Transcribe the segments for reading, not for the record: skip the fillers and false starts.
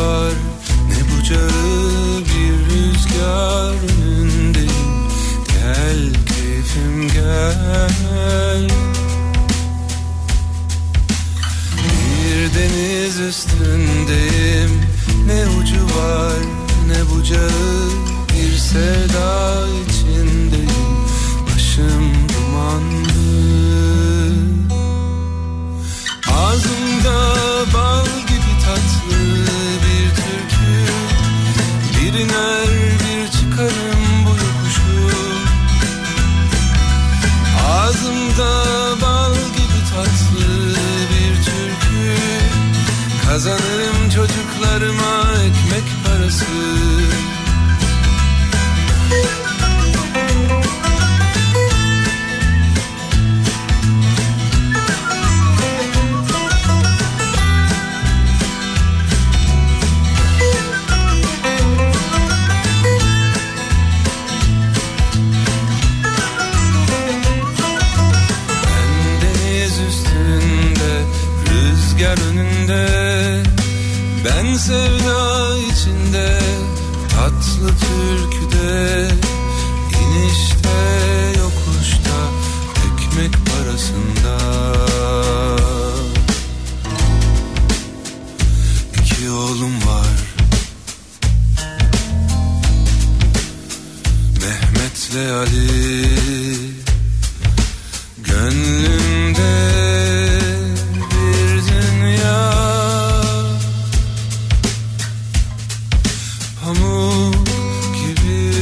var ne bucağı, bir rüzgar önündeyim. Gel keyfim gel. Bir deniz üstündeyim, ne ucu var ne bucağı, bir sevda içindeyim. Başım dumanlı. Ağzımda bal gibi tatlı bir türkü, bir iner bir çıkarım bu yokuşu. Ağzımda bal gibi tatlı bir türkü, kazanırım çocuklarıma ekmek parası. Önünde, ben sevda içinde, tatlı türküde, inişte yokuşta, ekmek parasında. İki oğlum var, Mehmet'le Ali, gönlümde pamuk gibi.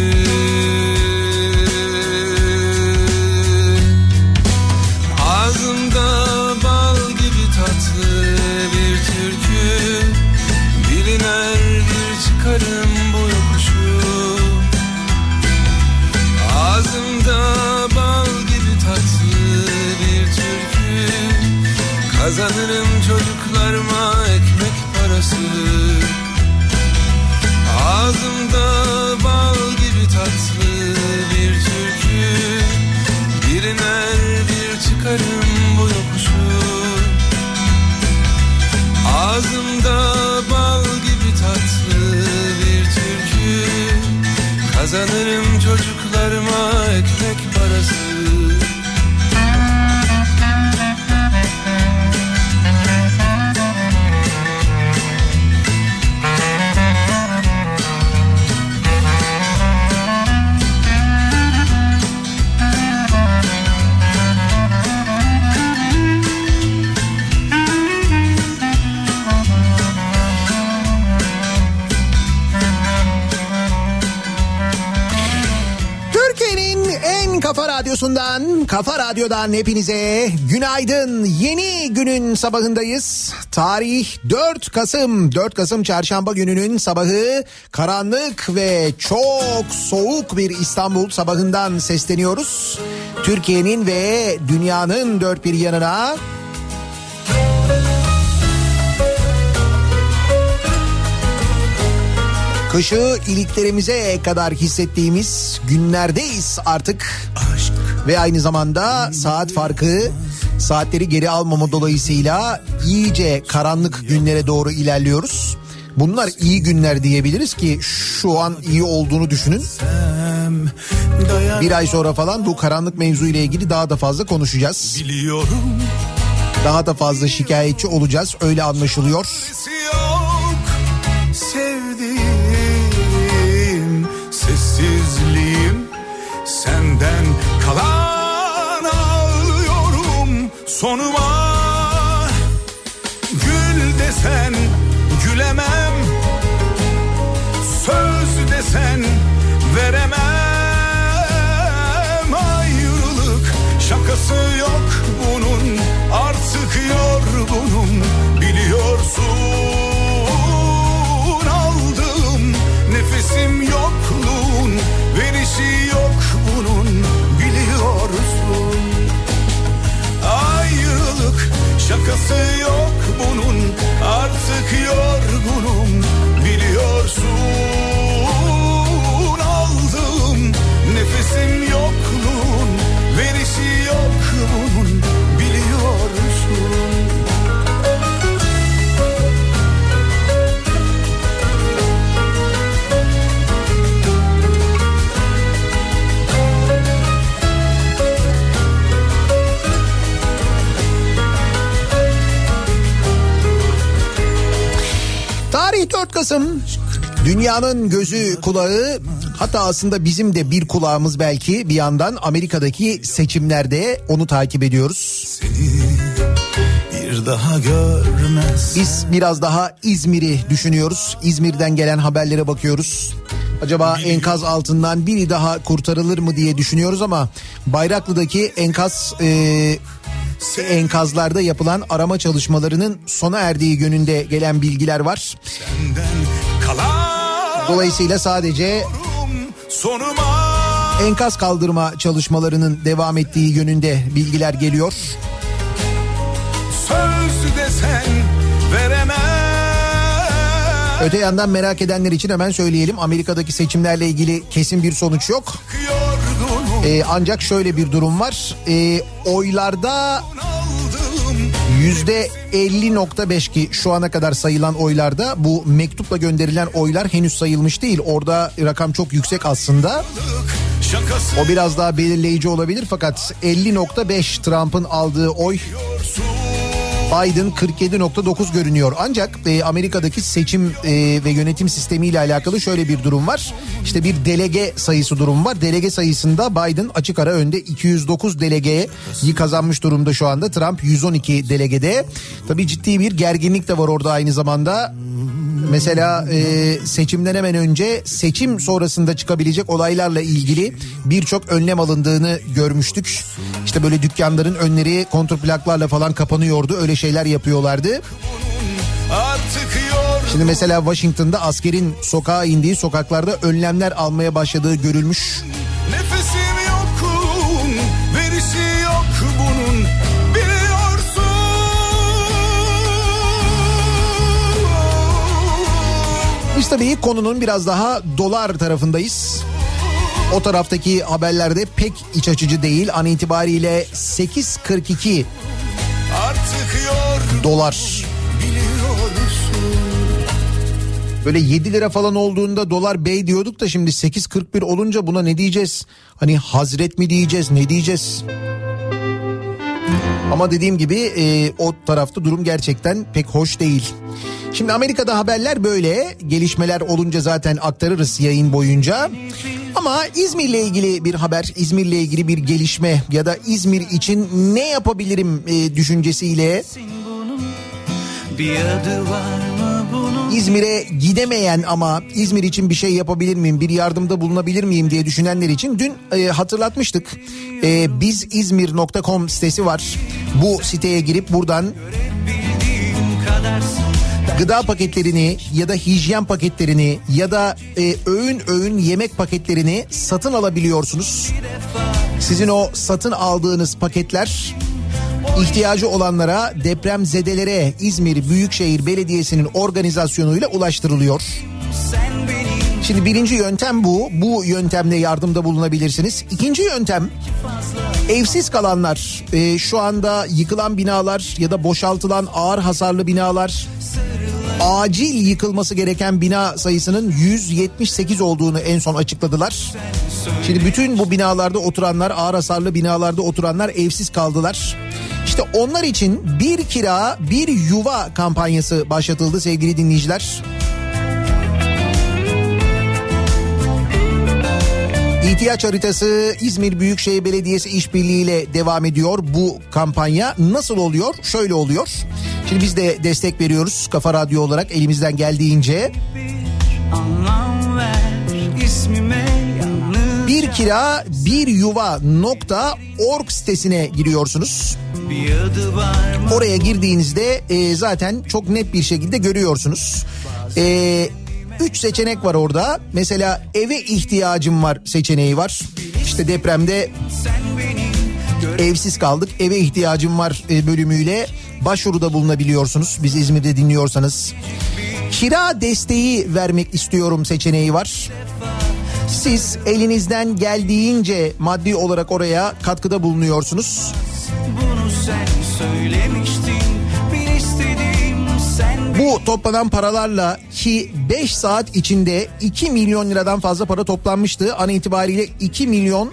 Ağzımda bal gibi tatlı bir türkü, biliner bir çıkarım bu yokuşu. Ağzımda bal gibi tatlı bir türkü, kazanırım çocuklarıma ekmek parası. Ağzımda bal gibi tatlı bir türkü, bir iner bir çıkarım bu yokuşu. Ağzımda bal gibi tatlı bir türkü, kazanırım çocuklarıma ekmek parası. Kafa Radyosu'ndan, Kafa Radyo'dan hepinize günaydın. Yeni günün sabahındayız. Tarih 4 Kasım. 4 Kasım çarşamba gününün sabahı. Karanlık ve çok soğuk bir İstanbul sabahından sesleniyoruz. Türkiye'nin ve dünyanın dört bir yanına. Kışı iliklerimize kadar hissettiğimiz günlerdeyiz artık. Ve aynı zamanda saat farkı, saatleri geri almama dolayısıyla iyice karanlık günlere doğru ilerliyoruz. Bunlar iyi günler diyebiliriz ki şu an iyi olduğunu düşünün. Bir ay sonra falan bu karanlık mevzu ile ilgili daha da fazla konuşacağız. Biliyorum. Daha da fazla şikayetçi olacağız, öyle anlaşılıyor. Sessizliğim senden kalan, ağlıyorum sonuma. Gül desen gülemem, söz desen veremem. Ayrılık şakası yok bunun, artık yorgunum biliyorsun. Aldığım nefesim yokluğun, verişi yok bunun biliyorsun. Ayrılık şakası yok bunun, artık yorgunum biliyorsun. Aldığım nefesim yokluğun, verişi yok bunun. Tarih 4 Kasım. Dünyanın gözü kulağı, hatta aslında bizim de bir kulağımız belki bir yandan Amerika'daki seçimlerde, onu takip ediyoruz. Bir daha görmez. Biz biraz daha İzmir'i düşünüyoruz. İzmir'den gelen haberlere bakıyoruz. Acaba enkaz altından biri daha kurtarılır mı diye düşünüyoruz ama Bayraklı'daki enkazlarda yapılan arama çalışmalarının sona erdiği yönünde gelen bilgiler var. Dolayısıyla sadece enkaz kaldırma çalışmalarının devam ettiği yönünde bilgiler geliyor. Söz desen veremem. Öte yandan merak edenler için hemen söyleyelim. Amerika'daki seçimlerle ilgili kesin bir sonuç yok. Ancak şöyle bir durum var. Oylarda %50.5 ki şu ana kadar sayılan oylarda, bu mektupla gönderilen oylar henüz sayılmış değil. Orada rakam çok yüksek aslında. O biraz daha belirleyici olabilir fakat 50.5 Trump'ın aldığı oy, Biden 47.9 görünüyor. Ancak Amerika'daki seçim ve yönetim sistemiyle alakalı şöyle bir durum var. İşte bir delege sayısı durum var. Delege sayısında Biden açık ara önde, 209 delegeyi kazanmış durumda şu anda. Trump 112 delegede. Tabii ciddi bir gerginlik de var orada aynı zamanda. Mesela seçimden hemen önce seçim sonrasında çıkabilecek olaylarla ilgili birçok önlem alındığını görmüştük. İşte böyle dükkanların önleri kontrplaklarla falan kapanıyordu. Öyle şeyler yapıyorlardı. Şimdi mesela Washington'da askerin sokağa indiği, sokaklarda önlemler almaya başladığı görülmüş. Nefesim yokun, verisi yok bunun, biliyorsun. Biz tabii konunun biraz daha dolar tarafındayız. O taraftaki haberlerde pek iç açıcı değil. An itibariyle 8.42 dolar. Böyle 7 lira falan olduğunda dolar bey diyorduk da şimdi 8.41 olunca buna ne diyeceğiz? Hani hazret mi diyeceğiz, ne diyeceğiz? Ama dediğim gibi o tarafta durum gerçekten pek hoş değil. Şimdi Amerika'da haberler böyle. Gelişmeler olunca zaten aktarırız yayın boyunca. Ama İzmir'le ilgili bir haber, İzmir'le ilgili bir gelişme ya da İzmir için ne yapabilirim düşüncesiyle İzmir'e gidemeyen ama İzmir için bir şey yapabilir miyim, bir yardımda bulunabilir miyim diye düşünenler için dün hatırlatmıştık. Bizizmir.com sitesi var. Bu siteye girip buradan gıda paketlerini ya da hijyen paketlerini ya da öğün öğün yemek paketlerini satın alabiliyorsunuz. Sizin o satın aldığınız paketler ihtiyacı olanlara, depremzedelere İzmir Büyükşehir Belediyesi'nin organizasyonuyla ulaştırılıyor. Şimdi birinci yöntem bu. Bu yöntemle yardımda bulunabilirsiniz. İkinci yöntem, evsiz kalanlar, şu anda yıkılan binalar ya da boşaltılan ağır hasarlı binalar, acil yıkılması gereken bina sayısının 178 olduğunu en son açıkladılar. Şimdi bütün bu binalarda oturanlar, ağır hasarlı binalarda oturanlar evsiz kaldılar. İşte onlar için bir kira bir yuva kampanyası başlatıldı sevgili dinleyiciler. İhtiyaç haritası İzmir Büyükşehir Belediyesi işbirliğiyle devam ediyor bu kampanya. Nasıl oluyor? Şöyle oluyor. Şimdi biz de destek veriyoruz Kafa Radyo olarak elimizden geldiğince. Bir kira bir yuva.org sitesine giriyorsunuz. Oraya girdiğinizde zaten çok net bir şekilde görüyorsunuz. 3 seçenek var orada. Mesela eve ihtiyacım var seçeneği var. İşte depremde evsiz kaldık, eve ihtiyacım var bölümüyle başvuruda bulunabiliyorsunuz. Biz İzmir'de dinliyorsanız. Kira desteği vermek istiyorum seçeneği var. Siz elinizden geldiğince maddi olarak oraya katkıda bulunuyorsunuz. Bunu sen söylemiştin, bir istediğim sen. Bu toplanan paralarla ki 5 saat içinde 2 milyon liradan fazla para toplanmıştı. An itibariyle 2 milyon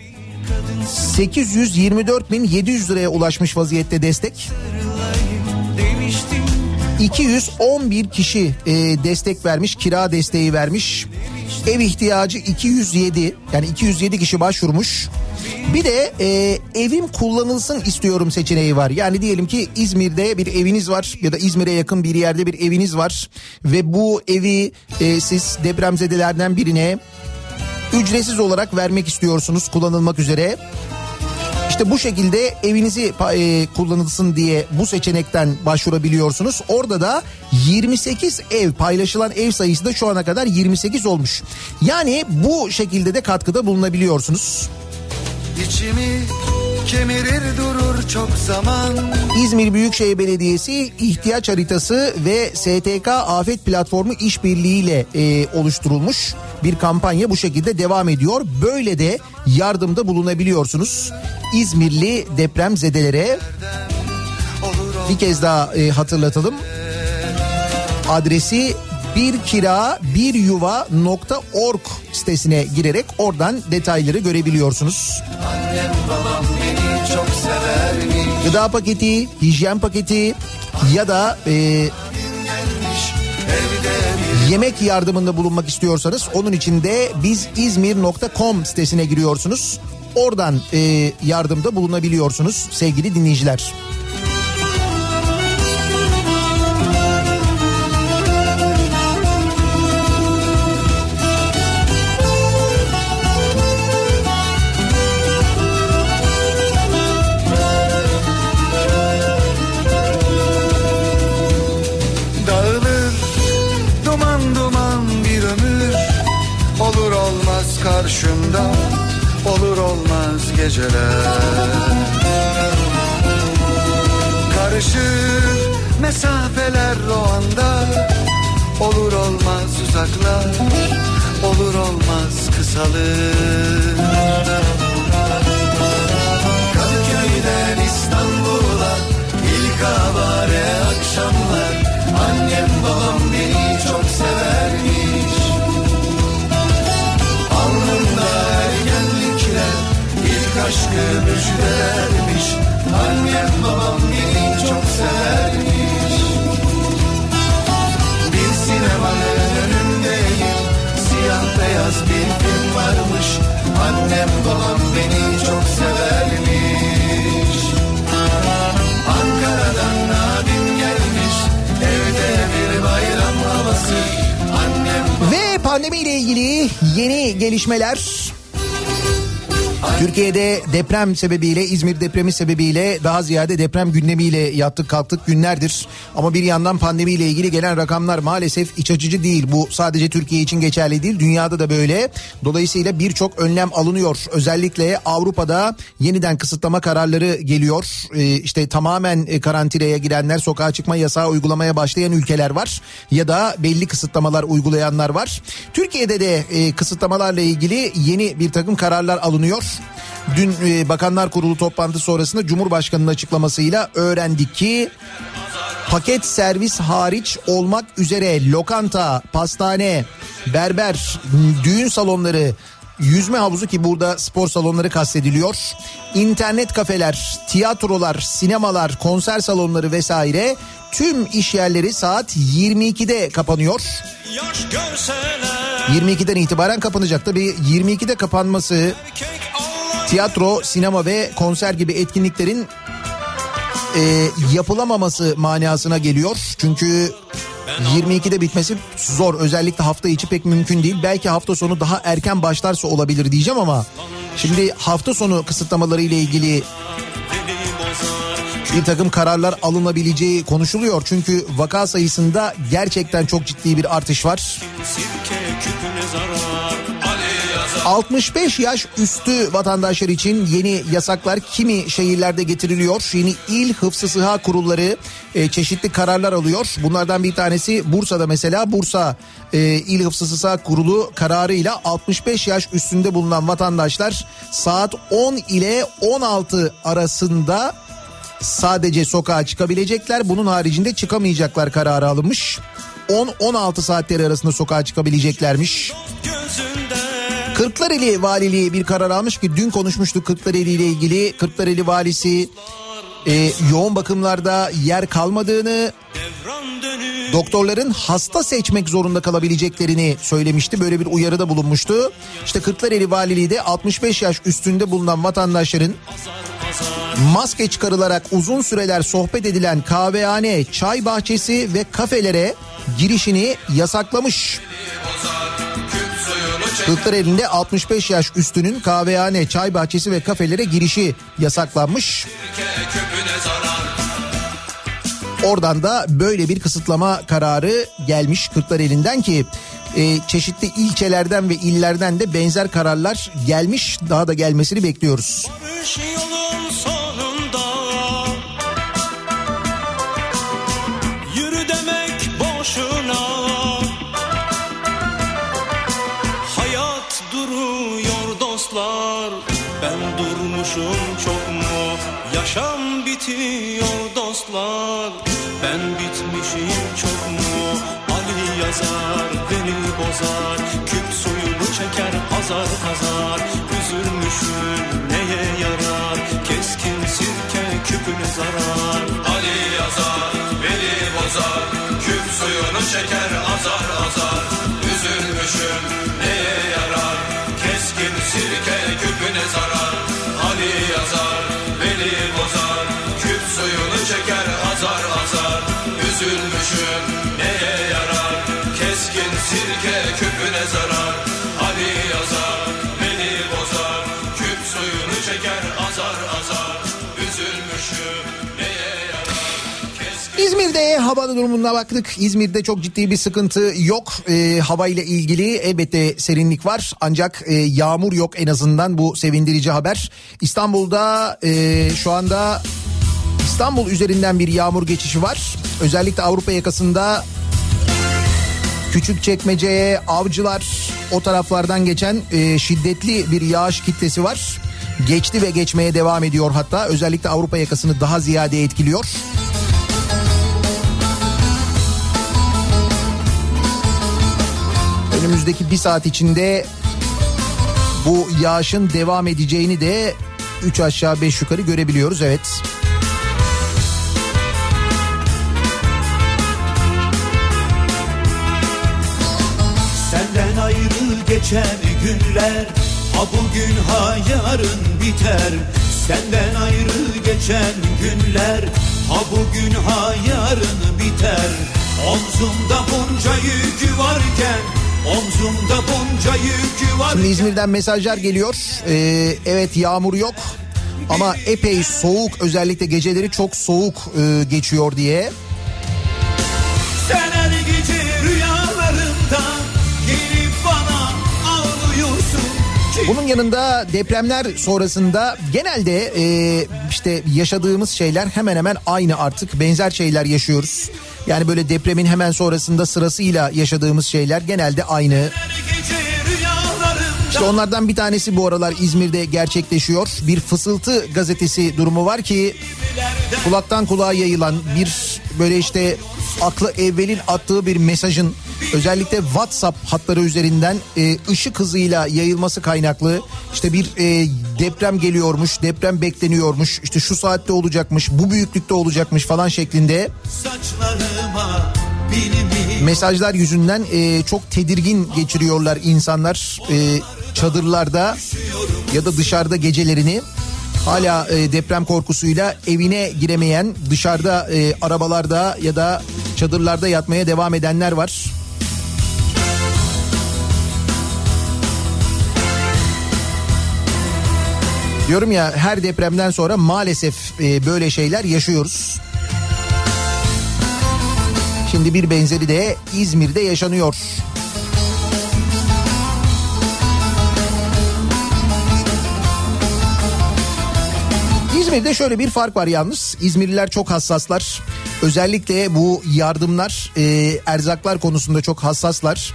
824.700 liraya ulaşmış vaziyette destek. 211 kişi destek vermiş, kira desteği vermiş. Ev ihtiyacı 207, yani 207 kişi başvurmuş. Bir de evim kullanılsın istiyorum seçeneği var. Yani diyelim ki İzmir'de bir eviniz var ya da İzmir'e yakın bir yerde bir eviniz var ve bu evi siz depremzedelerden birine ücretsiz olarak vermek istiyorsunuz kullanılmak üzere. İşte bu şekilde evinizi kullanılsın diye bu seçenekten başvurabiliyorsunuz. Orada da 28 ev, paylaşılan ev sayısı da şu ana kadar 28 olmuş. Yani bu şekilde de katkıda bulunabiliyorsunuz. İçimi kemirir durur çok zaman. İzmir Büyükşehir Belediyesi ihtiyaç haritası ve STK Afet Platformu işbirliğiyle oluşturulmuş bir kampanya bu şekilde devam ediyor. Böyle de yardımda bulunabiliyorsunuz İzmirli depremzedelere. Bir kez daha hatırlatalım. Adresi birkira1yuva.org sitesine girerek oradan detayları görebiliyorsunuz. Annem babam beni çok severmiş. Gıda paketi, hijyen paketi ya da yemek yardımında bulunmak istiyorsanız onun için de bizizmir.com sitesine giriyorsunuz. Oradan yardımda bulunabiliyorsunuz sevgili dinleyiciler. Karşımda olur olmaz geceler, karışır mesafeler o anda, olur olmaz uzaklar, olur olmaz kısalır. Kadıköy'den İstanbul'a ilk havare akşamlar, annem babam beni çok severmiş. Alnımda ergenlikler ilk aşkı müjdelermiş. Annem babam beni çok severmiş. Bir sinemanın önündeyim, siyah beyaz bir film varmış. Annem babam beni çok severmiş. Ankara'dan abim gelmiş, evde bir bayram havası. Ve pandemiyle ilgili yeni gelişmeler. Türkiye'de deprem sebebiyle, İzmir depremi sebebiyle daha ziyade deprem gündemiyle yattık kalktık günlerdir. Ama bir yandan pandemiyle ilgili gelen rakamlar maalesef iç açıcı değil. Bu sadece Türkiye için geçerli değil, dünyada da böyle. Dolayısıyla birçok önlem alınıyor. Özellikle Avrupa'da yeniden kısıtlama kararları geliyor. İşte tamamen karantinaya girenler, sokağa çıkma yasağı uygulamaya başlayan ülkeler var. Ya da belli kısıtlamalar uygulayanlar var. Türkiye'de de kısıtlamalarla ilgili yeni bir takım kararlar alınıyor. Dün Bakanlar Kurulu toplantısı sonrasında Cumhurbaşkanı'nın açıklamasıyla öğrendik ki paket servis hariç olmak üzere lokanta, pastane, berber, düğün salonları, yüzme havuzu ki burada spor salonları kastediliyor, internet kafeler, tiyatrolar, sinemalar, konser salonları vesaire tüm iş yerleri saat 22'de kapanıyor. 22'den itibaren kapanacak. Tabii 22'de kapanması tiyatro, sinema ve konser gibi etkinliklerin yapılamaması manasına geliyor. Çünkü 22'de bitmesi zor. Özellikle hafta içi pek mümkün değil. Belki hafta sonu daha erken başlarsa olabilir diyeceğim ama şimdi hafta sonu kısıtlamaları ile ilgili bir takım kararlar alınabileceği konuşuluyor. Çünkü vaka sayısında gerçekten çok ciddi bir artış var. 65 yaş üstü vatandaşlar için yeni yasaklar kimi şehirlerde getiriliyor. Yeni il hıfzı sıha kurulları çeşitli kararlar alıyor. Bunlardan bir tanesi Bursa'da mesela. Bursa İl Hıfzı Sıha Kurulu kararıyla 65 yaş üstünde bulunan vatandaşlar saat 10 ile 16 arasında sadece sokağa çıkabilecekler. Bunun haricinde çıkamayacaklar kararı alınmış. 10-16 saatleri arasında sokağa çıkabileceklermiş. Kırklareli Valiliği bir karar almış ki dün konuşmuştuk Kırklareli ile ilgili. Kırklareli Valisi yoğun bakımlarda yer kalmadığını, doktorların hasta seçmek zorunda kalabileceklerini söylemişti. Böyle bir uyarıda bulunmuştu. İşte Kırklareli Valiliği de 65 yaş üstünde bulunan vatandaşların maske çıkarılarak uzun süreler sohbet edilen kahvehane, çay bahçesi ve kafelere girişini yasaklamış. Kırklareli'nde 65 yaş üstünün kahvehane, çay bahçesi ve kafelere girişi yasaklanmış. Oradan da böyle bir kısıtlama kararı gelmiş Kırklareli'nden ki çeşitli ilçelerden ve illerden de benzer kararlar gelmiş. Daha da gelmesini bekliyoruz. Yürü demek boşuna, hayat duruyor dostlar, ben durmuşum çok mu? Yaşam bitiyor dostlar, ben bitmişim çok mu? Ali yazar beni bozar, küp suyunu çeker azar azar. Üzülmüşüm neye yarar, keskin sirke küpüne zarar. Ali yazar beni bozar, küp suyunu çeker azar azar. Üzülmüşüm neye yarar, keskin sirke küpüne zarar. Ali yazar beni bozar, küp suyunu çeker azar azar. Üzülmüşüm neye yarar, keskin sirke küpüne zarar. Ali yazar beni bozar, küp suyunu çeker azar azar. Üzülmüşüm neye yarar, keskin... İzmir'de hava durumuna baktık. İzmir'de çok ciddi bir sıkıntı yok. Havayla ilgili elbette serinlik var. Ancak yağmur yok, en azından bu sevindirici haber. İstanbul'da şu anda İstanbul üzerinden bir yağmur geçişi var. Özellikle Avrupa yakasında Küçükçekmece, Avcılar, o taraflardan geçen şiddetli bir yağış kitlesi var. Geçti ve geçmeye devam ediyor hatta. Özellikle Avrupa yakasını daha ziyade etkiliyor. Önümüzdeki bir saat içinde bu yağışın devam edeceğini de 3 aşağı 5 yukarı görebiliyoruz, evet. Senden ayrı geçen günler, ha bugün ha yarın biter. Senden ayrı geçen günler, ha bugün ha yarın biter. Omzumda bunca yükü varken, omzumda bunca yükü varken. Şimdi İzmir'den mesajlar geliyor. Evet, yağmur yok ama epey soğuk, özellikle geceleri çok soğuk geçiyor diye. Sen her gece rüyalarımda gelip bana ağlıyorsun. Bunun yanında depremler sonrasında genelde işte yaşadığımız şeyler hemen hemen aynı, artık benzer şeyler yaşıyoruz. Yani böyle depremin hemen sonrasında sırasıyla yaşadığımız şeyler genelde aynı. İşte onlardan bir tanesi bu aralar İzmir'de gerçekleşiyor. Bir Fısıltı gazetesi durumu var ki kulaktan kulağa yayılan bir böyle işte aklı evvelin attığı bir mesajın özellikle WhatsApp hatları üzerinden ışık hızıyla yayılması kaynaklı işte bir deprem geliyormuş, deprem bekleniyormuş, işte şu saatte olacakmış, bu büyüklükte olacakmış falan şeklinde mesajlar yüzünden çok tedirgin geçiriyorlar insanlar çadırlarda ya da dışarıda gecelerini. Hala deprem korkusuyla evine giremeyen, dışarıda arabalarda ya da çadırlarda yatmaya devam edenler var. Diyorum ya, her depremden sonra maalesef böyle şeyler yaşıyoruz. Şimdi bir benzeri de İzmir'de yaşanıyor. İzmir'de şöyle bir fark var yalnız. İzmirliler çok hassaslar. Özellikle bu yardımlar, erzaklar konusunda çok hassaslar.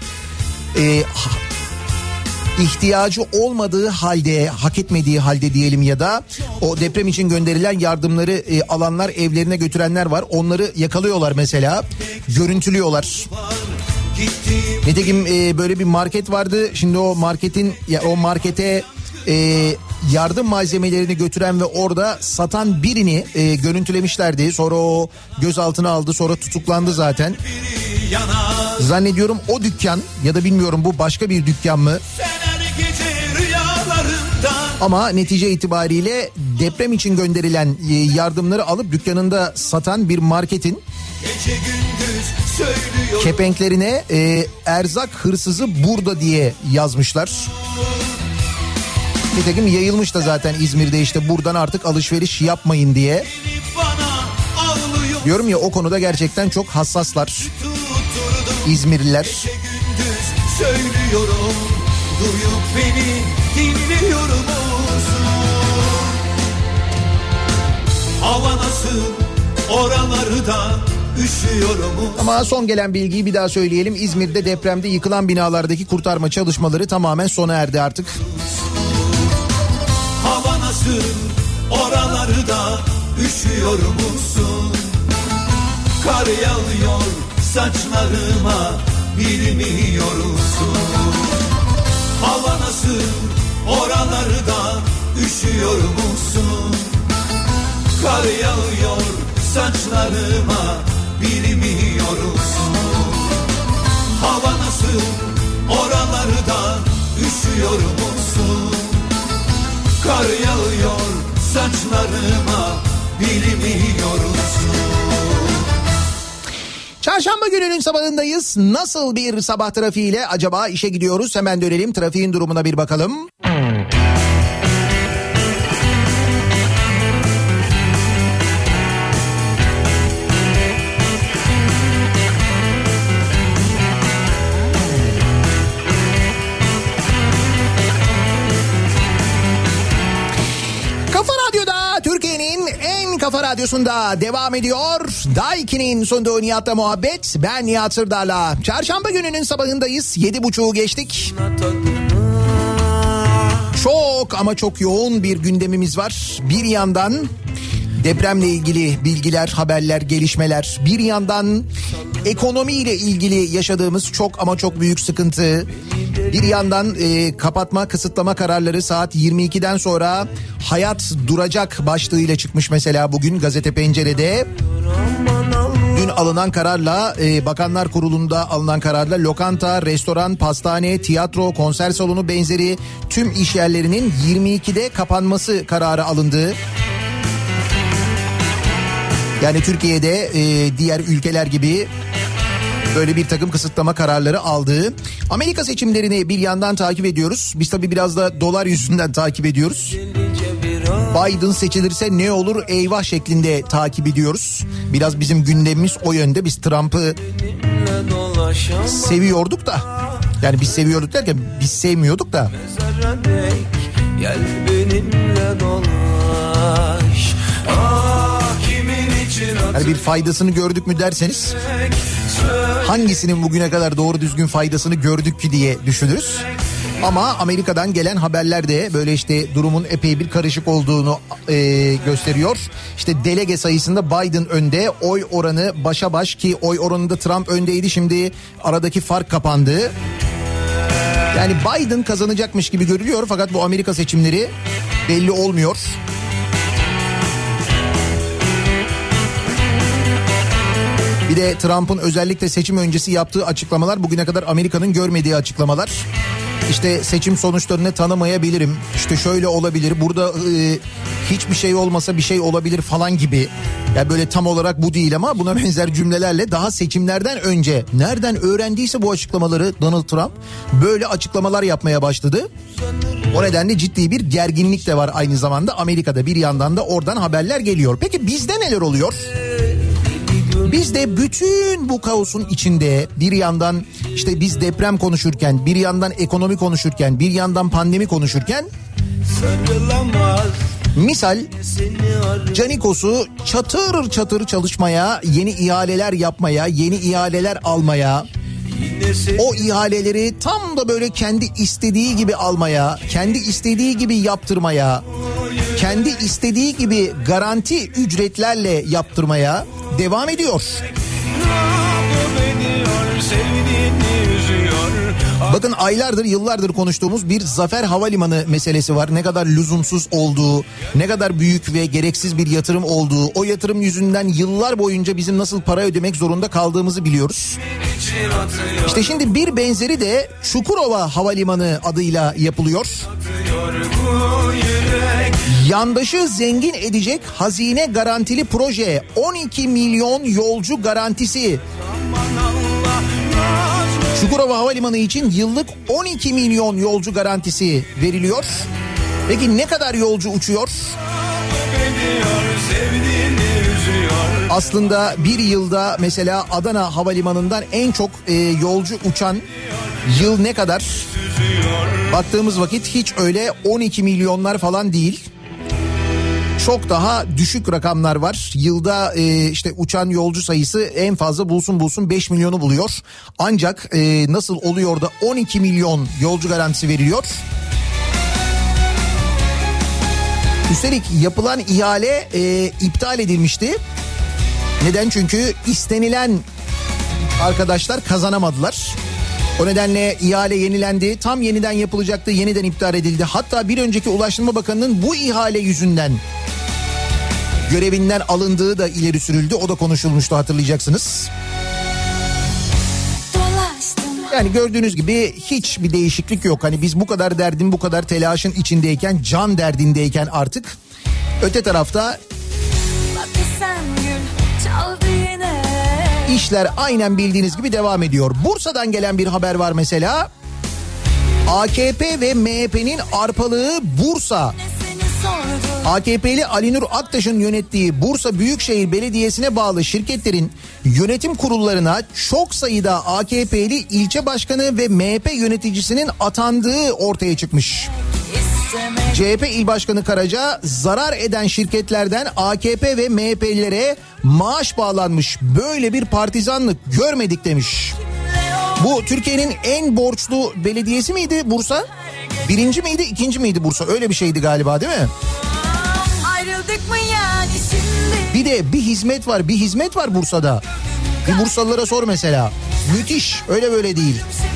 İhtiyacı olmadığı halde, hak etmediği halde diyelim ya da o deprem için gönderilen yardımları alanlar, evlerine götürenler var. Onları yakalıyorlar mesela, görüntülüyorlar. Nitekim böyle bir market vardı. Şimdi o markete yardım malzemelerini götüren ve orada satan birini görüntülemişlerdi. Sonra o gözaltına aldı, sonra tutuklandı zaten. yanar. Zannediyorum o dükkan ya da bilmiyorum bu başka bir dükkan mı? Sen her gece rüyalarında. Ama netice itibariyle deprem için gönderilen yardımları alıp dükkanında satan bir marketin Gece gündüz söylüyorum. kepenklerine erzak hırsızı burada diye yazmışlar. Nitekim yayılmış da zaten İzmir'de işte buradan artık alışveriş yapmayın diye. Diyorum ya o konuda gerçekten çok hassaslar İzmirliler. Gece gündüz söylüyorum. Duyup beni dinliyor musun? Hava nasıl? Oraları da üşüyorum. Ama son gelen bilgiyi bir daha söyleyelim. İzmir'de depremde yıkılan binalardaki kurtarma çalışmaları tamamen sona erdi artık. Hava nasıl? Oraları da üşüyor musun? Kar yağıyor saçlarıma, bilmiyor musun? Hava nasıl? Oraları da üşüyor musun? Kar yağıyor saçlarıma, bilmiyor musun? Hava nasıl? Oraları da üşüyor musun? Kar yağıyor saçlarıma, bilmiyor musun? Çarşamba gününün sabahındayız. Nasıl bir sabah trafiğiyle acaba işe gidiyoruz? Hemen dönelim, trafiğin durumuna bir bakalım. Kafa Radyosu'nda devam ediyor. Daiki'nin sunduğu Nihat'la muhabbet. Ben Nihat Sırdar'la. Çarşamba gününün sabahındayız. 7.30'u geçtik. Çok ama çok yoğun bir gündemimiz var. Bir yandan depremle ilgili bilgiler, haberler, gelişmeler. Bir yandan ekonomiyle ilgili yaşadığımız çok ama çok büyük sıkıntı. Bir yandan kapatma, kısıtlama kararları saat 22'den sonra hayat duracak başlığıyla çıkmış mesela bugün Gazete Pencere'de. Dün alınan kararla, Bakanlar Kurulu'nda alınan kararla lokanta, restoran, pastane, tiyatro, konser salonu benzeri tüm iş yerlerinin 22'de kapanması kararı alındı. Yani Türkiye'de diğer ülkeler gibi böyle bir takım kısıtlama kararları aldığı. Amerika seçimlerini bir yandan takip ediyoruz. Biz tabii biraz da dolar yüzünden takip ediyoruz. Biden seçilirse ne olur eyvah şeklinde takip ediyoruz. Biraz bizim gündemimiz o yönde. Biz Trump'ı seviyorduk da. Yani biz seviyorduk derken biz sevmiyorduk da. Gel benimle dolaş. Yani bir faydasını gördük mü derseniz hangisinin bugüne kadar doğru düzgün faydasını gördük ki diye düşünürüz. Ama Amerika'dan gelen haberler de böyle işte durumun epey bir karışık olduğunu gösteriyor. İşte delege sayısında Biden önde, oy oranı başa baş ki oy oranında Trump öndeydi, şimdi aradaki fark kapandı. Yani Biden kazanacakmış gibi görülüyor fakat bu Amerika seçimleri belli olmuyor. Bir de Trump'ın özellikle seçim öncesi yaptığı açıklamalar bugüne kadar Amerika'nın görmediği açıklamalar. İşte seçim sonuçlarını tanımayabilirim. İşte şöyle olabilir. Burada hiçbir şey olmasa bir şey olabilir falan gibi. Yani böyle tam olarak bu değil ama buna benzer cümlelerle daha seçimlerden önce nereden öğrendiyse bu açıklamaları Donald Trump böyle açıklamalar yapmaya başladı. O nedenle ciddi bir gerginlik de var aynı zamanda Amerika'da, bir yandan da oradan haberler geliyor. Peki bizde neler oluyor? Biz de bütün bu kaosun içinde bir yandan işte biz deprem konuşurken, bir yandan ekonomi konuşurken, bir yandan pandemi konuşurken misal Canikos'u çatır çatır çalışmaya, yeni ihaleler yapmaya, yeni ihaleler almaya, o ihaleleri tam da böyle kendi istediği gibi almaya, kendi istediği gibi yaptırmaya, kendi istediği gibi garanti ücretlerle yaptırmaya devam ediyor. Bakın aylardır yıllardır konuştuğumuz bir Zafer Havalimanı meselesi var. Ne kadar lüzumsuz olduğu, ne kadar büyük ve gereksiz bir yatırım olduğu, o yatırım yüzünden yıllar boyunca bizim nasıl para ödemek zorunda kaldığımızı biliyoruz. İşte şimdi bir benzeri de Çukurova Havalimanı adıyla yapılıyor. Yandaşı zengin edecek hazine garantili proje, 12 milyon yolcu garantisi. Çukurova Havalimanı için yıllık 12 milyon yolcu garantisi veriliyor. Peki ne kadar yolcu uçuyor? Aslında bir yılda mesela Adana Havalimanı'ndan en çok yolcu uçan yıl ne kadar? Baktığımız vakit hiç öyle 12 milyonlar falan değil. Çok daha düşük rakamlar var. Yılda işte uçan yolcu sayısı en fazla bulsun 5 milyonu buluyor. Ancak nasıl oluyor da 12 milyon yolcu garantisi veriliyor? Üstelik yapılan ihale iptal edilmişti. Neden? Çünkü istenilen arkadaşlar kazanamadılar. O nedenle ihale yenilendi. Tam yeniden yapılacaktı, yeniden iptal edildi. Hatta bir önceki Ulaştırma Bakanı'nın bu ihale yüzünden görevinden alındığı da ileri sürüldü. O da konuşulmuştu, hatırlayacaksınız. Yani gördüğünüz gibi hiçbir değişiklik yok. Hani biz bu kadar derdin, bu kadar telaşın içindeyken, can derdindeyken artık öte tarafta işler aynen bildiğiniz gibi devam ediyor. Bursa'dan gelen bir haber var mesela. AKP ve MHP'nin arpalığı Bursa. AKP'li Ali Nur Aktaş'ın yönettiği Bursa Büyükşehir Belediyesi'ne bağlı şirketlerin yönetim kurullarına çok sayıda AKP'li ilçe başkanı ve MHP yöneticisinin atandığı ortaya çıkmış. CHP İl Başkanı Karaca, zarar eden şirketlerden AKP ve MHP'lilere maaş bağlanmış, böyle bir partizanlık görmedik demiş. Bu Türkiye'nin en borçlu belediyesi miydi Bursa? Birinci miydi, ikinci miydi Bursa? Öyle bir şeydi galiba, değil mi? Yani bir de bir hizmet var Bursa'da. Bir Bursalılara sor mesela. Müthiş, öyle böyle değil.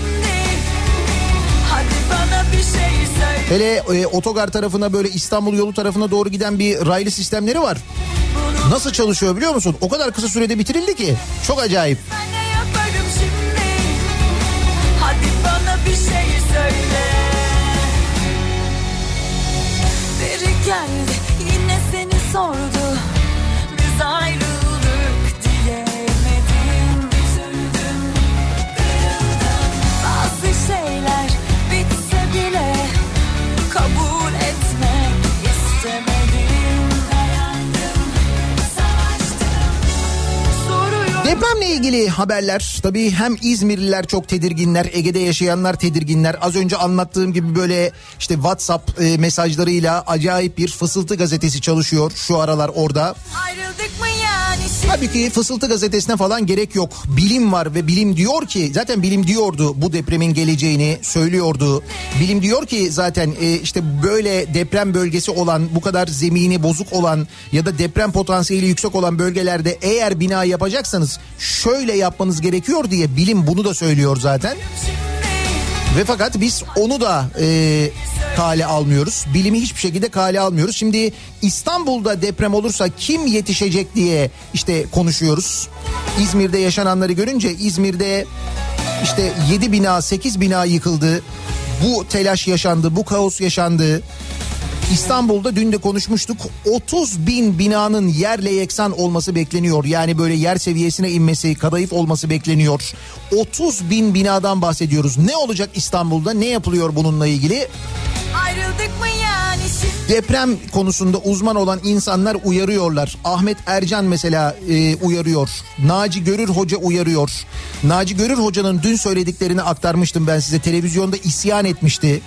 Hele otogar tarafına, böyle İstanbul yolu tarafına doğru giden bir raylı sistemleri var. Nasıl çalışıyor biliyor musun? O kadar kısa sürede bitirildi ki. Çok acayip. Hadi bana bir şey söyle. Biri geldi yine seni sordu. Biz ayrıldık diyemedim. Üzüldüm, kırıldım. Bazı şeyler bitse bile kabul etmek istemedim. Dayandım, savaştım. Soruyorum. Depremle ilgili haberler. Tabii hem İzmirliler çok tedirginler, Ege'de yaşayanlar tedirginler. Az önce anlattığım gibi böyle işte WhatsApp mesajlarıyla acayip bir fısıltı gazetesi çalışıyor şu aralar orada. Ayrıldık mı yani? Halbuki fısıltı gazetesine falan gerek yok. Bilim var ve bilim diyor ki, zaten bilim diyordu bu depremin geleceğini söylüyordu. Bilim diyor ki zaten işte böyle deprem bölgesi olan, bu kadar zemini bozuk olan ya da deprem potansiyeli yüksek olan bölgelerde eğer bina yapacaksanız şöyle yapmanız gerekiyor diye bilim bunu da söylüyor zaten. Ve fakat biz onu da kale almıyoruz. Bilimi hiçbir şekilde kale almıyoruz. Şimdi İstanbul'da deprem olursa kim yetişecek diye işte konuşuyoruz. İzmir'de yaşananları görünce, İzmir'de işte 7 bina 8 bina yıkıldı. Bu telaş yaşandı, bu kaos yaşandı. İstanbul'da dün de konuşmuştuk, 30 bin binanın yerle yeksan olması bekleniyor. Yani böyle yer seviyesine inmesi, kadayıf olması bekleniyor. 30 bin binadan bahsediyoruz. Ne olacak İstanbul'da, ne yapılıyor bununla ilgili? Ayrıldık mı yani şimdi? Deprem konusunda uzman olan insanlar uyarıyorlar. Ahmet Ercan mesela uyarıyor. Naci Görür Hoca uyarıyor. Naci Görür Hoca'nın dün söylediklerini aktarmıştım ben size. Televizyonda isyan etmişti.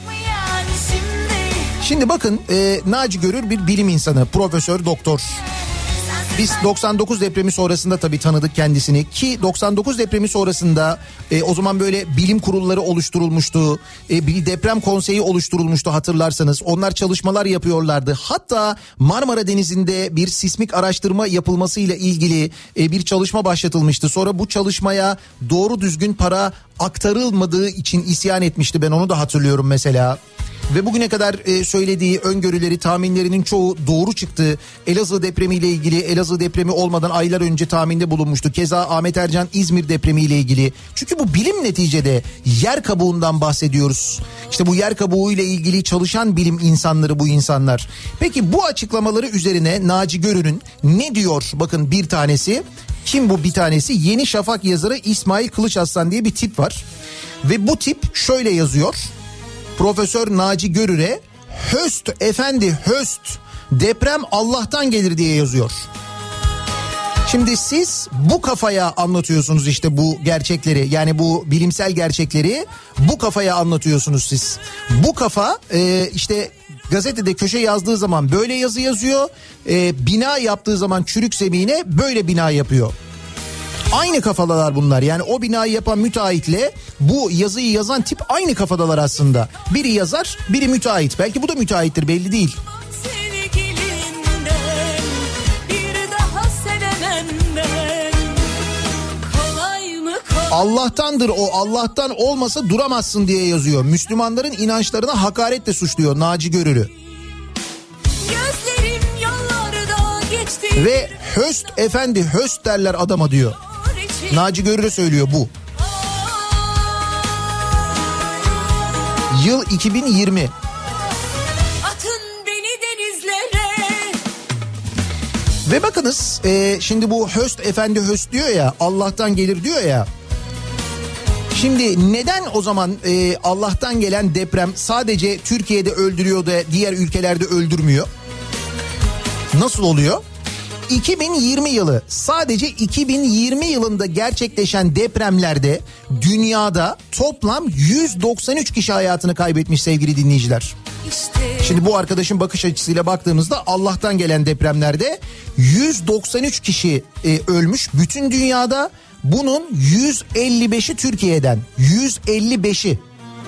Şimdi bakın Naci Görür bir bilim insanı, profesör, doktor. Biz 99 depremi sonrasında tabii tanıdık kendisini ki 99 depremi sonrasında o zaman böyle bilim kurulları oluşturulmuştu. Bir deprem konseyi oluşturulmuştu hatırlarsanız. Onlar çalışmalar yapıyorlardı. Hatta Marmara Denizi'nde bir sismik araştırma yapılmasıyla ilgili bir çalışma başlatılmıştı. Sonra bu çalışmaya doğru düzgün para aktarılmadığı için isyan etmişti. Ben onu da hatırlıyorum mesela. Ve bugüne kadar söylediği öngörüleri, tahminlerinin çoğu doğru çıktı. Elazığ depremiyle ilgili, Elazığ depremi olmadan aylar önce tahminde bulunmuştu. Keza Ahmet Ercan İzmir depremiyle ilgili. Çünkü bu bilim neticede, yer kabuğundan bahsediyoruz. İşte bu yer kabuğuyla ilgili çalışan bilim insanları bu insanlar. Peki bu açıklamaları üzerine Naci Görür'ün ne diyor? Bakın bir tanesi. Kim bu bir tanesi? Yeni Şafak yazarı İsmail Kılıçarslan diye bir tip var. Ve bu tip şöyle yazıyor. Profesör Naci Görür'e höst efendi höst deprem Allah'tan gelir diye yazıyor. Şimdi siz bu kafaya anlatıyorsunuz işte bu gerçekleri, yani bu bilimsel gerçekleri bu kafaya anlatıyorsunuz siz. Bu kafa işte gazetede köşe yazdığı zaman böyle yazı yazıyor, bina yaptığı zaman çürük zemine böyle bina yapıyor. Aynı kafadalar bunlar, yani o binayı yapan müteahhitle bu yazıyı yazan tip aynı kafadalar aslında. Biri yazar, biri müteahhit. Belki bu da müteahhittir, belli değil. Allah'tandır o, Allah'tan olmasa duramazsın diye yazıyor. Müslümanların inançlarına hakaretle suçluyor Naci Görür'ü. Ve höst efendi höst derler adama diyor. Naci Görür'e söylüyor bu. Yıl 2020. Ve bakınız şimdi bu höst efendi höst diyor ya, Allah'tan gelir diyor ya. Şimdi neden o zaman Allah'tan gelen deprem sadece Türkiye'de öldürüyor da diğer ülkelerde öldürmüyor? Nasıl oluyor? 2020 yılı, sadece 2020 yılında gerçekleşen depremlerde dünyada toplam 193 kişi hayatını kaybetmiş sevgili dinleyiciler. Şimdi bu arkadaşın bakış açısıyla baktığımızda Allah'tan gelen depremlerde 193 kişi ölmüş bütün dünyada. Bunun 155'i Türkiye'den, 155'i.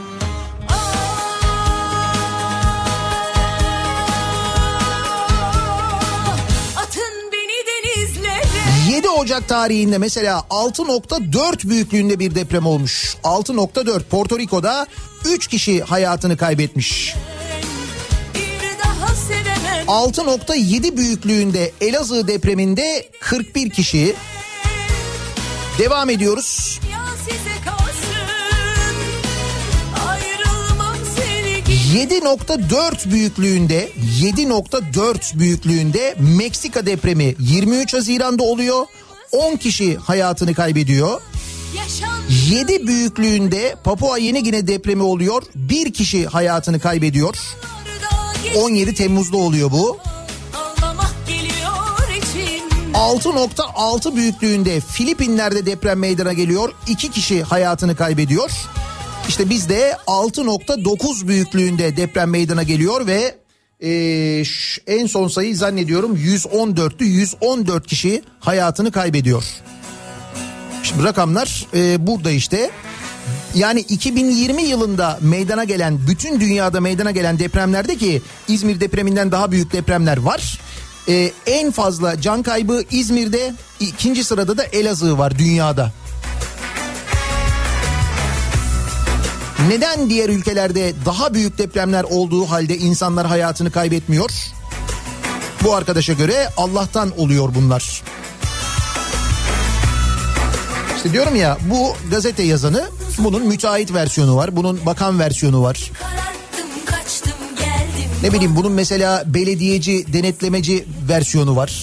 Ocak tarihinde mesela 6.4 büyüklüğünde bir deprem olmuş. 6.4 Porto Rico'da 3 kişi hayatını kaybetmiş. 6.7 büyüklüğünde Elazığ depreminde 41 kişi. Devam ediyoruz. 7.4 büyüklüğünde Meksika depremi 23 Haziran'da oluyor. 10 kişi hayatını kaybediyor. 7 büyüklüğünde Papua Yeni Gine depremi oluyor. 1 kişi hayatını kaybediyor. 17 Temmuz'da oluyor bu. 6.6 büyüklüğünde Filipinler'de deprem meydana geliyor. 2 kişi hayatını kaybediyor. İşte bizde 6.9 büyüklüğünde deprem meydana geliyor ve en son sayı zannediyorum 114'tü. 114 kişi hayatını kaybediyor. Şimdi rakamlar burada işte. Yani 2020 yılında meydana gelen, bütün dünyada meydana gelen depremlerde, ki İzmir depreminden daha büyük depremler var. En fazla can kaybı İzmir'de, ikinci sırada da Elazığ var dünyada. Neden diğer ülkelerde daha büyük depremler olduğu halde insanlar hayatını kaybetmiyor? Bu arkadaşa göre Allah'tan oluyor bunlar. İşte diyorum ya, bu gazete yazanı, bunun müteahhit versiyonu var, bunun bakan versiyonu var. Ne bileyim, bunun mesela belediyeci, denetlemeci versiyonu var.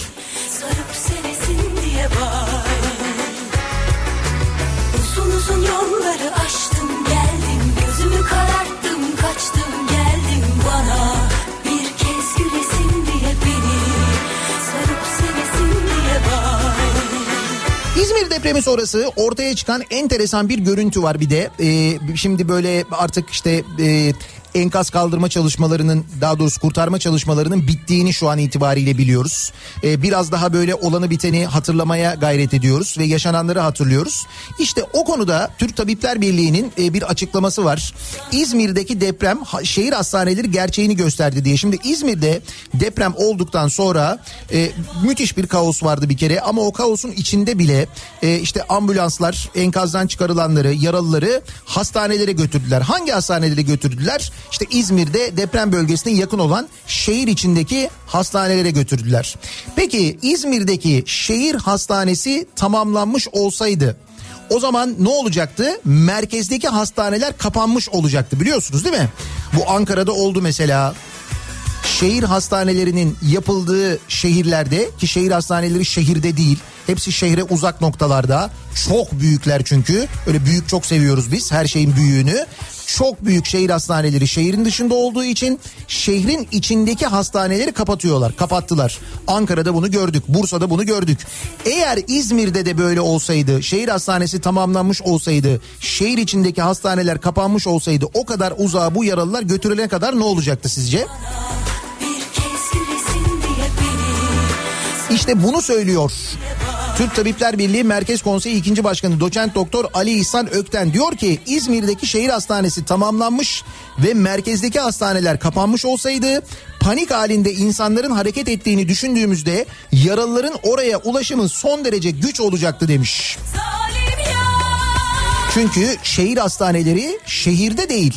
Uzun uzun yolları aştım geldim, gözümü kararttım kaçtım geldim, bana bir kez gülesin diye beni sarıp sevesin diye bak. İzmir depremi sonrası ortaya çıkan enteresan bir görüntü var bir de. Şimdi böyle artık işte enkaz kaldırma çalışmalarının, daha doğrusu kurtarma çalışmalarının bittiğini şu an itibariyle biliyoruz. Biraz daha böyle olanı biteni hatırlamaya gayret ediyoruz ve yaşananları hatırlıyoruz. İşte o konuda Türk Tabipler Birliği'nin bir açıklaması var. İzmir'deki deprem şehir hastaneleri gerçeğini gösterdi diye. Şimdi İzmir'de deprem olduktan sonra müthiş bir kaos vardı bir kere, ama o kaosun içinde bile işte ambulanslar enkazdan çıkarılanları, yaralıları hastanelere götürdüler. Hangi hastanelere götürdüler? İşte İzmir'de deprem bölgesine yakın olan şehir içindeki hastanelere götürdüler. Peki İzmir'deki şehir hastanesi tamamlanmış olsaydı o zaman ne olacaktı? Merkezdeki hastaneler kapanmış olacaktı, biliyorsunuz değil mi? Bu Ankara'da oldu mesela. Şehir hastanelerinin yapıldığı şehirlerde, ki şehir hastaneleri şehirde değil, hepsi şehre uzak noktalarda, çok büyükler çünkü, öyle büyük çok seviyoruz biz, her şeyin büyüğünü. Çok büyük şehir hastaneleri şehrin dışında olduğu için şehrin içindeki hastaneleri kapattılar. Ankara'da bunu gördük, Bursa'da bunu gördük. Eğer İzmir'de de böyle olsaydı, şehir hastanesi tamamlanmış olsaydı, şehir içindeki hastaneler kapanmış olsaydı, o kadar uzağa bu yaralılar götürülene kadar ne olacaktı sizce? İşte bunu söylüyor Türk Tabipler Birliği Merkez Konseyi 2. Başkanı Doçent Doktor Ali İhsan Ökten. Diyor ki İzmir'deki şehir hastanesi tamamlanmış ve merkezdeki hastaneler kapanmış olsaydı, panik halinde insanların hareket ettiğini düşündüğümüzde yaralıların oraya ulaşımı son derece güç olacaktı demiş. Çünkü şehir hastaneleri şehirde değil.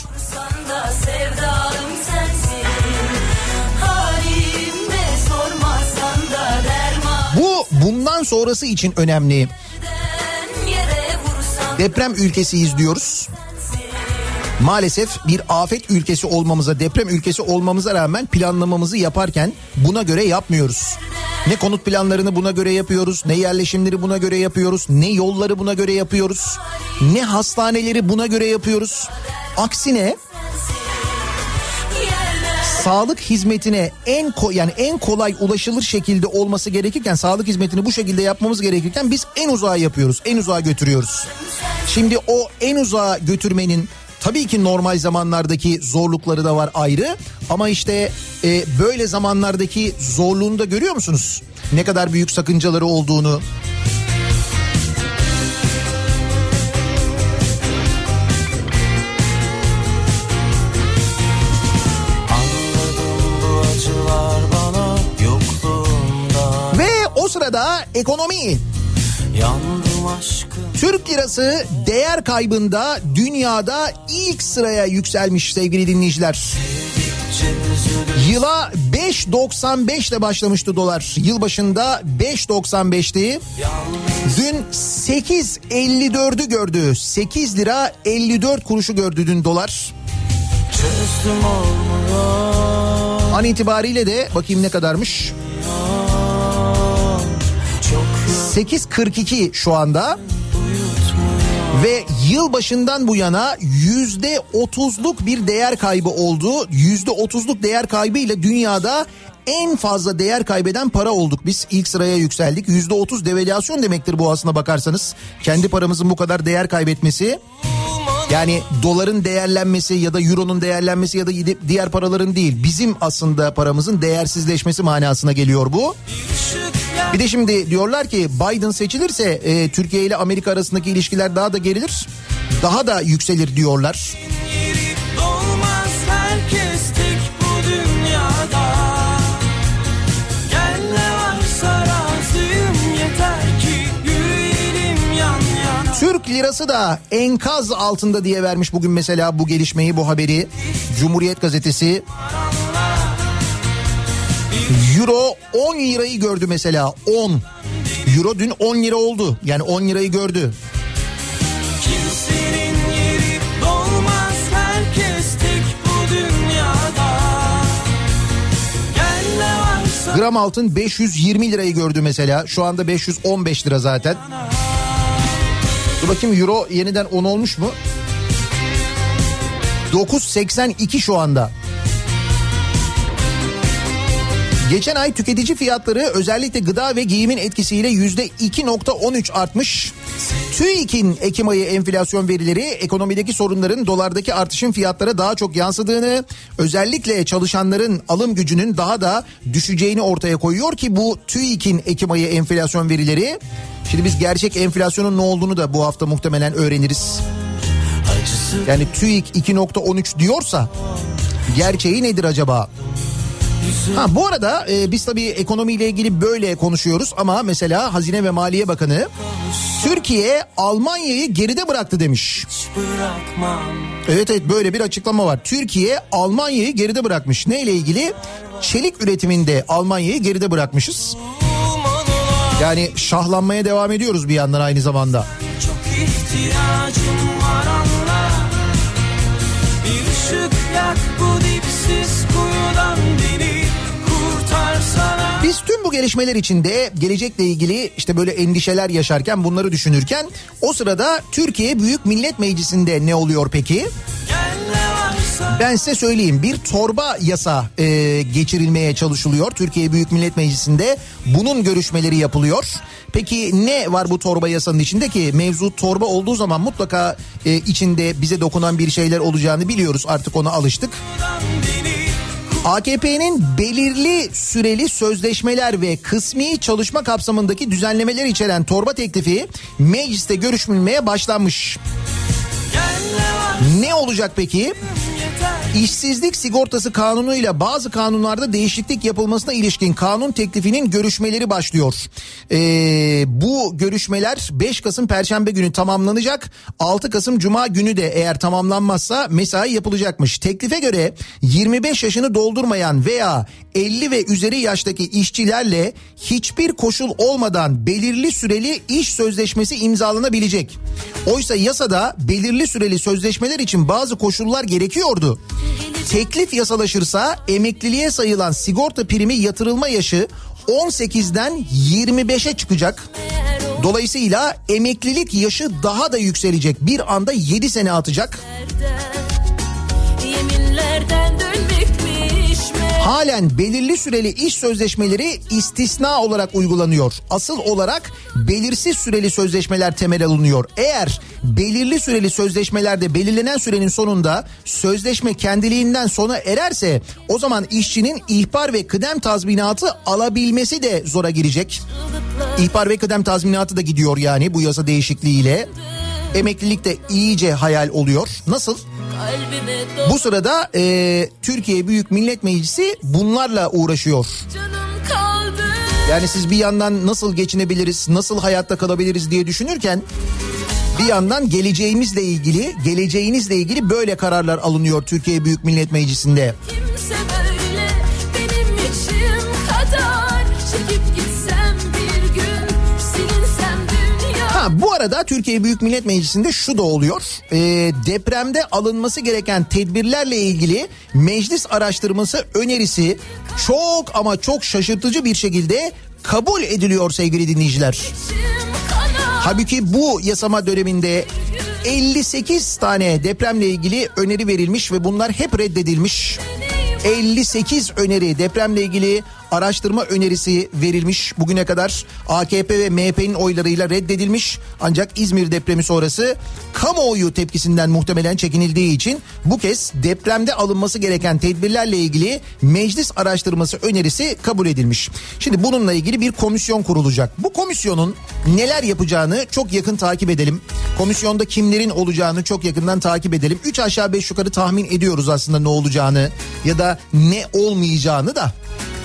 Bundan sonrası için önemli. Deprem ülkesiyiz diyoruz. Maalesef bir afet ülkesi olmamıza, deprem ülkesi olmamıza rağmen planlamamızı yaparken buna göre yapmıyoruz. Ne konut planlarını buna göre yapıyoruz, ne yerleşimleri buna göre yapıyoruz, ne yolları buna göre yapıyoruz, ne hastaneleri buna göre yapıyoruz. Aksine sağlık hizmetine en kolay ulaşılır şekilde olması gerekirken, sağlık hizmetini bu şekilde yapmamız gerekirken biz en uzağa yapıyoruz, en uzağa götürüyoruz. Şimdi o en uzağa götürmenin tabii ki normal zamanlardaki zorlukları da var ayrı, ama işte böyle zamanlardaki zorluğunu da görüyor musunuz? Ne kadar büyük sakıncaları olduğunu. Sırada ekonomi. Türk lirası değer kaybında dünyada ilk sıraya yükselmiş sevgili dinleyiciler. Yıla 5.95 ile başlamıştı dolar. Yılbaşında 5.95'ti. Dün 8.54'ü gördü. 8 lira 54 kuruşu gördü dün dolar. An itibariyle de bakayım ne kadarmış. 8.42 şu anda ve yılbaşından bu yana %30'luk bir değer kaybı oldu. %30'luk değer kaybıyla dünyada en fazla değer kaybeden para olduk biz. İlk sıraya yükseldik. %30 devalüasyon demektir bu aslına bakarsanız. Kendi paramızın bu kadar değer kaybetmesi. Yani doların değerlenmesi ya da euronun değerlenmesi ya da diğer paraların değil, bizim aslında paramızın değersizleşmesi manasına geliyor bu. Bir de şimdi diyorlar ki Biden seçilirse Türkiye ile Amerika arasındaki ilişkiler daha da gerilir, daha da yükselir diyorlar. Türk lirası da enkaz altında diye vermiş bugün mesela bu gelişmeyi, bu haberi Cumhuriyet Gazetesi. Euro 10 lirayı gördü mesela, 10. Euro dün 10 lira oldu, yani 10 lirayı gördü. Kimsenin yeri dolmaz, herkes tek bu dünyada. Gram altın 520 lirayı gördü mesela, şu anda 515 lira zaten. Dur bakayım, euro yeniden 10 olmuş mu? 9.82 şu anda. Geçen ay tüketici fiyatları özellikle gıda ve giyimin etkisiyle %2.13 artmış. TÜİK'in Ekim ayı enflasyon verileri ekonomideki sorunların dolardaki artışın fiyatlara daha çok yansıdığını, özellikle çalışanların alım gücünün daha da düşeceğini ortaya koyuyor ki bu TÜİK'in Ekim ayı enflasyon verileri. Şimdi biz gerçek enflasyonun ne olduğunu da bu hafta muhtemelen öğreniriz. Yani TÜİK 2.13 diyorsa gerçeği nedir acaba? Bu arada biz tabii ekonomiyle ilgili böyle konuşuyoruz ama mesela Hazine ve Maliye Bakanı Türkiye Almanya'yı geride bıraktı demiş. Evet böyle bir açıklama var. Türkiye Almanya'yı geride bırakmış. Neyle ilgili? Çelik üretiminde Almanya'yı geride bırakmışız. Yani şahlanmaya devam ediyoruz bir yandan aynı zamanda. Çok ihtiyacım var anla. Bir ışık yak bu dipsiz kuyudan beni kurtarsana. Biz tüm bu gelişmeler içinde gelecekle ilgili işte böyle endişeler yaşarken, bunları düşünürken o sırada Türkiye Büyük Millet Meclisi'nde ne oluyor peki? Ben size söyleyeyim, bir torba yasa geçirilmeye çalışılıyor. Türkiye Büyük Millet Meclisi'nde bunun görüşmeleri yapılıyor. Peki ne var bu torba yasanın içinde ki? Mevzu torba olduğu zaman mutlaka içinde bize dokunan bir şeyler olacağını biliyoruz, artık ona alıştık. AKP'nin belirli süreli sözleşmeler ve kısmi çalışma kapsamındaki düzenlemeler içeren torba teklifi mecliste görüşülmeye başlanmış. Ne olacak peki? İşsizlik sigortası kanunuyla bazı kanunlarda değişiklik yapılmasına ilişkin kanun teklifinin görüşmeleri başlıyor. Bu görüşmeler 5 Kasım Perşembe günü tamamlanacak. 6 Kasım Cuma günü de eğer tamamlanmazsa mesai yapılacakmış. Teklife göre 25 yaşını doldurmayan veya 50 ve üzeri yaştaki işçilerle hiçbir koşul olmadan belirli süreli iş sözleşmesi imzalanabilecek. Oysa yasada belirli süreli sözleşmeler için bazı koşullar gerekiyordu. Teklif yasalaşırsa emekliliğe sayılan sigorta primi yatırılma yaşı 18'den 25'e çıkacak. Dolayısıyla emeklilik yaşı daha da yükselecek. Bir anda 7 sene atacak. Halen belirli süreli iş sözleşmeleri istisna olarak uygulanıyor. Asıl olarak belirsiz süreli sözleşmeler temel alınıyor. Eğer belirli süreli sözleşmelerde belirlenen sürenin sonunda sözleşme kendiliğinden sona ererse o zaman işçinin ihbar ve kıdem tazminatı alabilmesi de zora girecek. İhbar ve kıdem tazminatı da gidiyor yani bu yasa değişikliğiyle. Emeklilik de iyice hayal oluyor. Nasıl? Bu sırada Türkiye Büyük Millet Meclisi bunlarla uğraşıyor. Yani siz bir yandan nasıl geçinebiliriz, nasıl hayatta kalabiliriz diye düşünürken bir yandan geleceğinizle ilgili böyle kararlar alınıyor Türkiye Büyük Millet Meclisi'nde. Kimse böyle benim içim kadar çekip gitsem bir gün silinsem dünya. Bu arada Türkiye Büyük Millet Meclisi'nde şu da oluyor. Depremde alınması gereken tedbirlerle ilgili meclis araştırması önerisi çok ama çok şaşırtıcı bir şekilde kabul ediliyor sevgili dinleyiciler. Halbuki bu yasama döneminde 58 tane depremle ilgili öneri verilmiş ve bunlar hep reddedilmiş. 58 öneri, depremle ilgili araştırma önerisi verilmiş. Bugüne kadar AKP ve MHP'nin oylarıyla reddedilmiş. Ancak İzmir depremi sonrası kamuoyu tepkisinden muhtemelen çekinildiği için bu kez depremde alınması gereken tedbirlerle ilgili meclis araştırması önerisi kabul edilmiş. Şimdi bununla ilgili bir komisyon kurulacak. Bu komisyonun neler yapacağını çok yakın takip edelim. Komisyonda kimlerin olacağını çok yakından takip edelim. 3 aşağı 5 yukarı tahmin ediyoruz aslında ne olacağını ya da ne olmayacağını da.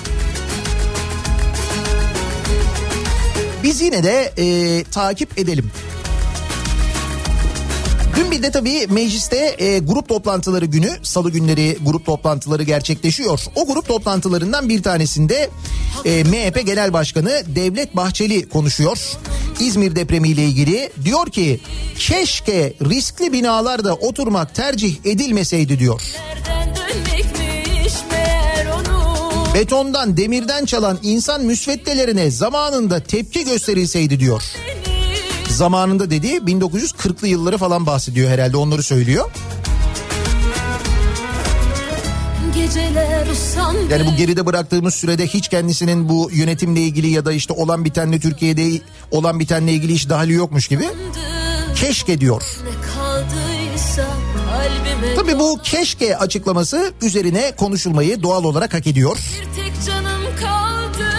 Biz yine de takip edelim. Dün bir de tabii mecliste grup toplantıları günü, salı günleri grup toplantıları gerçekleşiyor. O grup toplantılarından bir tanesinde MHP Genel Başkanı Devlet Bahçeli konuşuyor. İzmir depremiyle ilgili diyor ki keşke riskli binalarda oturmak tercih edilmeseydi diyor. Betondan, demirden çalan insan müsveddelerine zamanında tepki gösterilseydi diyor. Zamanında dediği 1940'lı yılları falan bahsediyor herhalde, onları söylüyor. geceler usandım. Yani bu geride bıraktığımız sürede hiç kendisinin bu yönetimle ilgili ya da işte olan bitenle, Türkiye'de olan bitenle ilgili hiç dahili yokmuş gibi keşke diyor. Tabii bu keşke açıklaması üzerine konuşulmayı doğal olarak hak ediyor. Bir tek canım kaldı.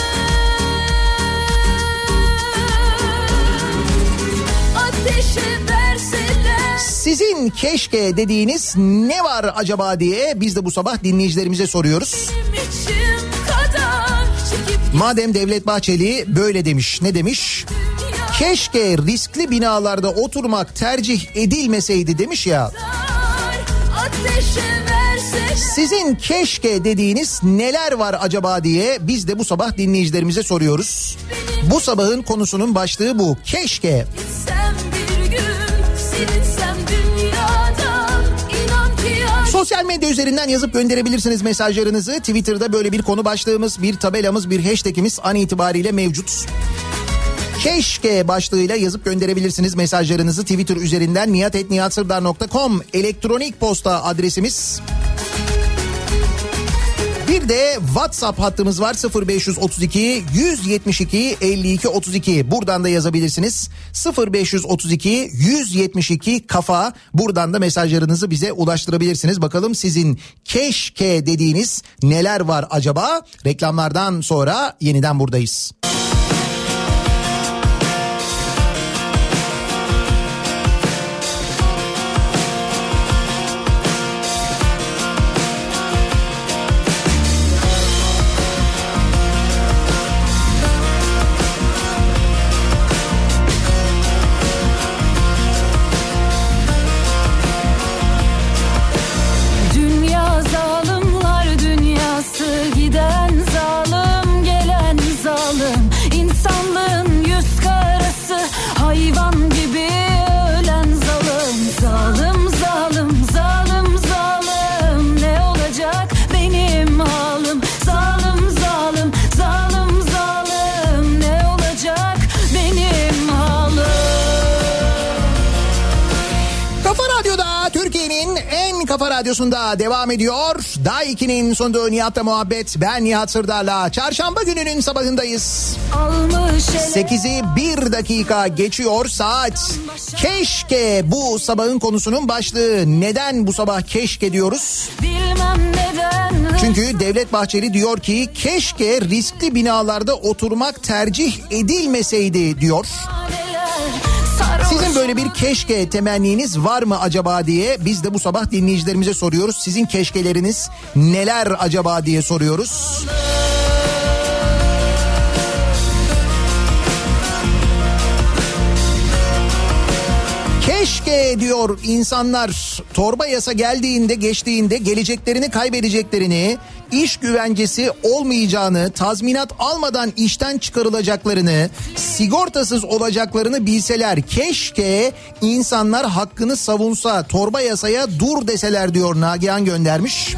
Ateşe verseler. Sizin keşke dediğiniz ne var acaba diye biz de bu sabah dinleyicilerimize soruyoruz. Madem Devlet Bahçeli böyle demiş, ne demiş? Keşke riskli binalarda oturmak tercih edilmeseydi demiş ya. Sizin keşke dediğiniz neler var acaba diye biz de bu sabah dinleyicilerimize soruyoruz. Bu sabahın konusunun başlığı bu. Keşke. Sosyal medya üzerinden yazıp gönderebilirsiniz mesajlarınızı. Twitter'da böyle bir konu başlığımız, bir tabelamız, bir hashtagimiz an itibariyle mevcut. Keşke başlığıyla yazıp gönderebilirsiniz mesajlarınızı Twitter üzerinden. nihat@nihatsırdar.com elektronik posta adresimiz. Bir de WhatsApp hattımız var, 0532 172 52 32. Buradan da yazabilirsiniz. 0532 172 kafa. Buradan da mesajlarınızı bize ulaştırabilirsiniz. Bakalım sizin keşke dediğiniz neler var acaba? Reklamlardan sonra yeniden buradayız. Kafa Radyosu'nda devam ediyor. Day 2'nin sonunda Nihat'la muhabbet. Ben Nihat Sırdar'la. Çarşamba gününün sabahındayız. 8'i 1 dakika geçiyor saat. Keşke bu sabahın konusunun başlığı. Neden bu sabah keşke diyoruz? Çünkü Devlet Bahçeli diyor ki keşke riskli binalarda oturmak tercih edilmeseydi diyor. Sizin böyle bir keşke temenniniz var mı acaba diye biz de bu sabah dinleyicilerimize soruyoruz. Sizin keşkeleriniz neler acaba diye soruyoruz. Keşke diyor insanlar, torba yasa geldiğinde, geçtiğinde geleceklerini kaybedeceklerini, iş güvencesi olmayacağını, tazminat almadan işten çıkarılacaklarını, sigortasız olacaklarını bilseler. Keşke insanlar hakkını savunsa, torba yasaya dur deseler diyor Nagihan göndermiş.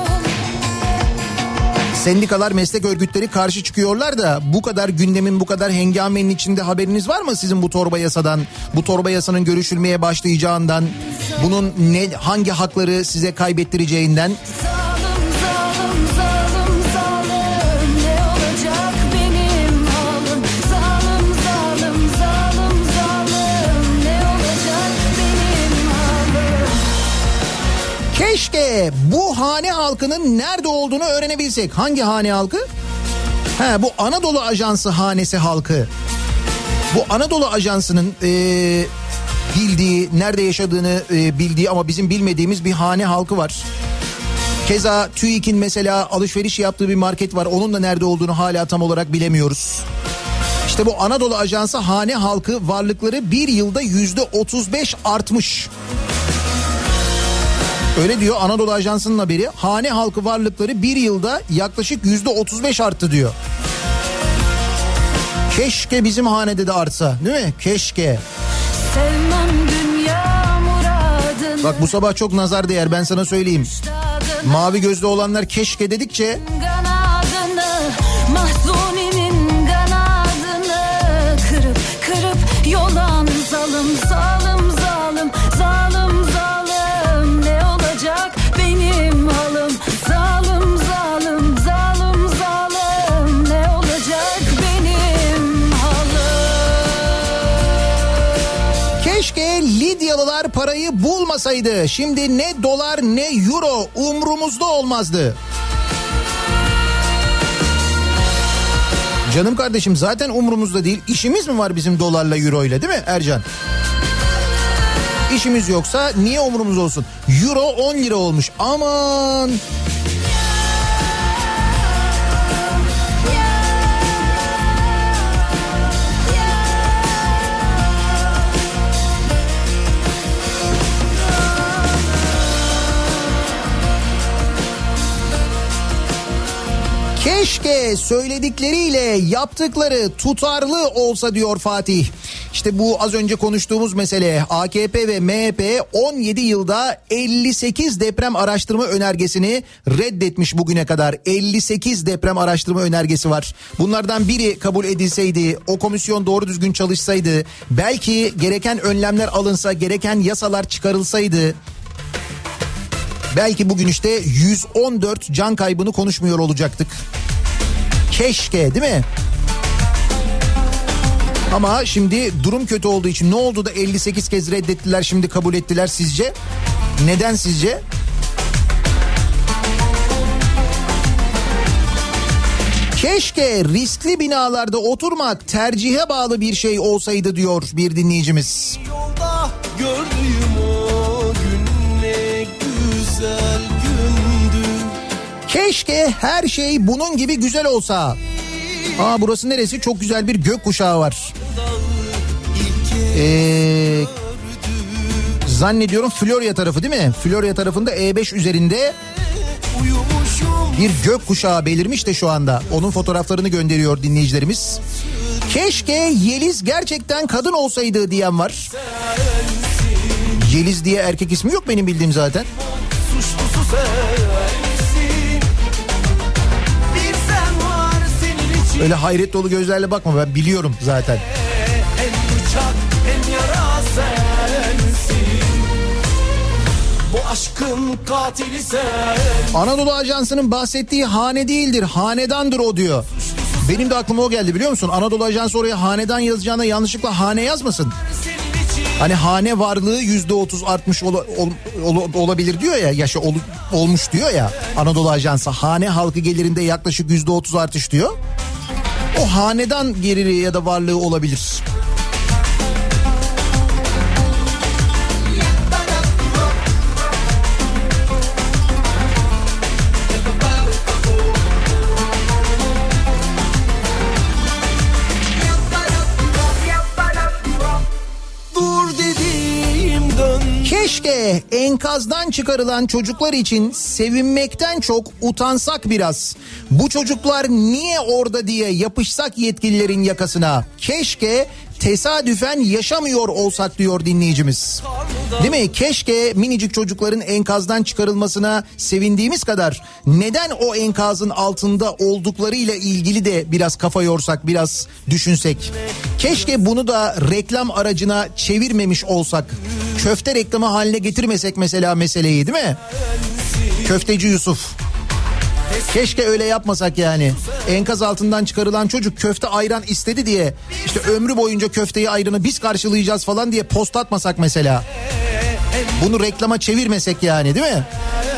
Sendikalar, meslek örgütleri karşı çıkıyorlar da bu kadar gündemin, bu kadar hengamenin içinde haberiniz var mı sizin bu torba yasadan, bu torba yasanın görüşülmeye başlayacağından, bunun hangi hakları size kaybettireceğinden? Keşke bu hane halkının nerede olduğunu öğrenebilsek. Hangi hane halkı? Bu Anadolu Ajansı hanesi halkı. Bu Anadolu Ajansı'nın bildiği, nerede yaşadığını bildiği ama bizim bilmediğimiz bir hane halkı var. Keza TÜİK'in mesela alışveriş yaptığı bir market var. Onun da nerede olduğunu hala tam olarak bilemiyoruz. İşte bu Anadolu Ajansı hane halkı varlıkları bir yılda %35 artmış. Öyle diyor Anadolu Ajansı'nın haberi. Hane halkı varlıkları bir yılda yaklaşık %35 arttı diyor. Keşke bizim hanede de artsa, değil mi? Keşke. Bak bu sabah çok nazar değer, ben sana söyleyeyim. Mavi gözlü olanlar keşke dedikçe... Mahzuni'nin kanadını kırıp kırıp yolan zalim zalim zalim zalim zalim, ne olacak benim halim zalim. Amerikalılar parayı bulmasaydı şimdi ne dolar ne euro umrumuzda olmazdı. Canım kardeşim zaten umrumuzda değil. İşimiz mi var bizim dolarla euro ile, değil mi Ercan? İşimiz yoksa niye umrumuz olsun? Euro 10 lira olmuş. Aman. Keşke söyledikleriyle yaptıkları tutarlı olsa diyor Fatih. İşte bu az önce konuştuğumuz mesele. AKP ve MHP 17 yılda 58 deprem araştırma önergesini reddetmiş bugüne kadar. 58 deprem araştırma önergesi var. Bunlardan biri kabul edilseydi, o komisyon doğru düzgün çalışsaydı, belki gereken önlemler alınsa, gereken yasalar çıkarılsaydı, belki bugün işte 114 can kaybını konuşmuyor olacaktık. Keşke, değil mi? Ama şimdi durum kötü olduğu için ne oldu da 58 kez reddettiler, şimdi kabul ettiler sizce? Neden sizce? Keşke riskli binalarda oturmak tercihe bağlı bir şey olsaydı diyor bir dinleyicimiz. Yolda gördüğüm o gün ne güzel gündü. Keşke her şey bunun gibi güzel olsa. Aa, burası neresi? Çok güzel bir gökkuşağı var. Zannediyorum Florya tarafı, değil mi? Florya tarafında E5 üzerinde bir gökkuşağı belirmiş de şu anda. Onun fotoğraflarını gönderiyor dinleyicilerimiz. Keşke Yeliz gerçekten kadın olsaydı diyen var. Yeliz diye erkek ismi yok benim bildiğim zaten. Suçlusu sensin. Bir sen var senin için. Öyle hayret dolu gözlerle bakma, ben biliyorum zaten. En bıçak en yara sensin. Bu aşkın katili sen. Anadolu Ajansı'nın bahsettiği hane değildir, hanedandır o diyor. Benim de aklıma o geldi, biliyor musun? Anadolu Ajansı oraya hanedan yazacağına yanlışlıkla hane yazmasın. Hani hane varlığı %30 artmış olabilir diyor ya, yaşı olmuş diyor ya Anadolu Ajansı. Hane halkı gelirinde yaklaşık %30 artış diyor. O hanedan geliri ya da varlığı olabilir. Keşke enkazdan çıkarılan çocuklar için sevinmekten çok utansak biraz. Bu çocuklar niye orada diye yapışsak yetkililerin yakasına. Keşke tesadüfen yaşamıyor olsak diyor dinleyicimiz. Değil mi? Keşke minicik çocukların enkazdan çıkarılmasına sevindiğimiz kadar neden o enkazın altında olduklarıyla ilgili de biraz kafa yorsak, biraz düşünsek. Keşke bunu da reklam aracına çevirmemiş olsak. Köfte reklamı haline getirmesek mesela meseleyi, değil mi? Köfteci Yusuf. Keşke öyle yapmasak yani. Enkaz altından çıkarılan çocuk köfte ayran istedi diye işte ömrü boyunca köfteyi ayranı biz karşılayacağız falan diye post atmasak mesela. Bunu reklama çevirmesek yani, değil mi?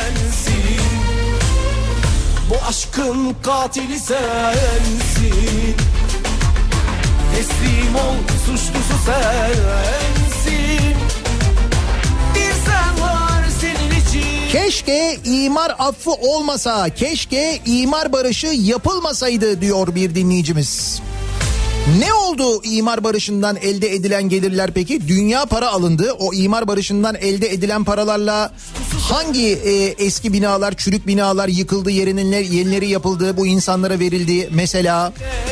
Bu aşkın katili sensin. Teslim ol, suçlusu sensin. Bir sen var senin için. Keşke imar affı olmasa, keşke imar barışı yapılmasaydı diyor bir dinleyicimiz. Ne oldu imar barışından elde edilen gelirler peki? Dünya para alındı. O imar barışından elde edilen paralarla hangi eski binalar, çürük binalar yıkıldı, yenileri yapıldı, bu insanlara verildi mesela?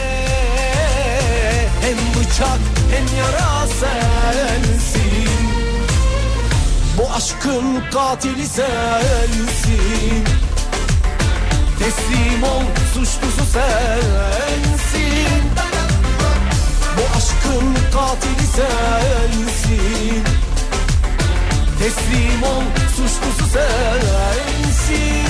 Hem bıçak hem yara sensin. Bu aşkın katili sensin. Teslim ol, suçlusu sensin. Bu aşkın katili sensin. Teslim ol, suçlusu sensin.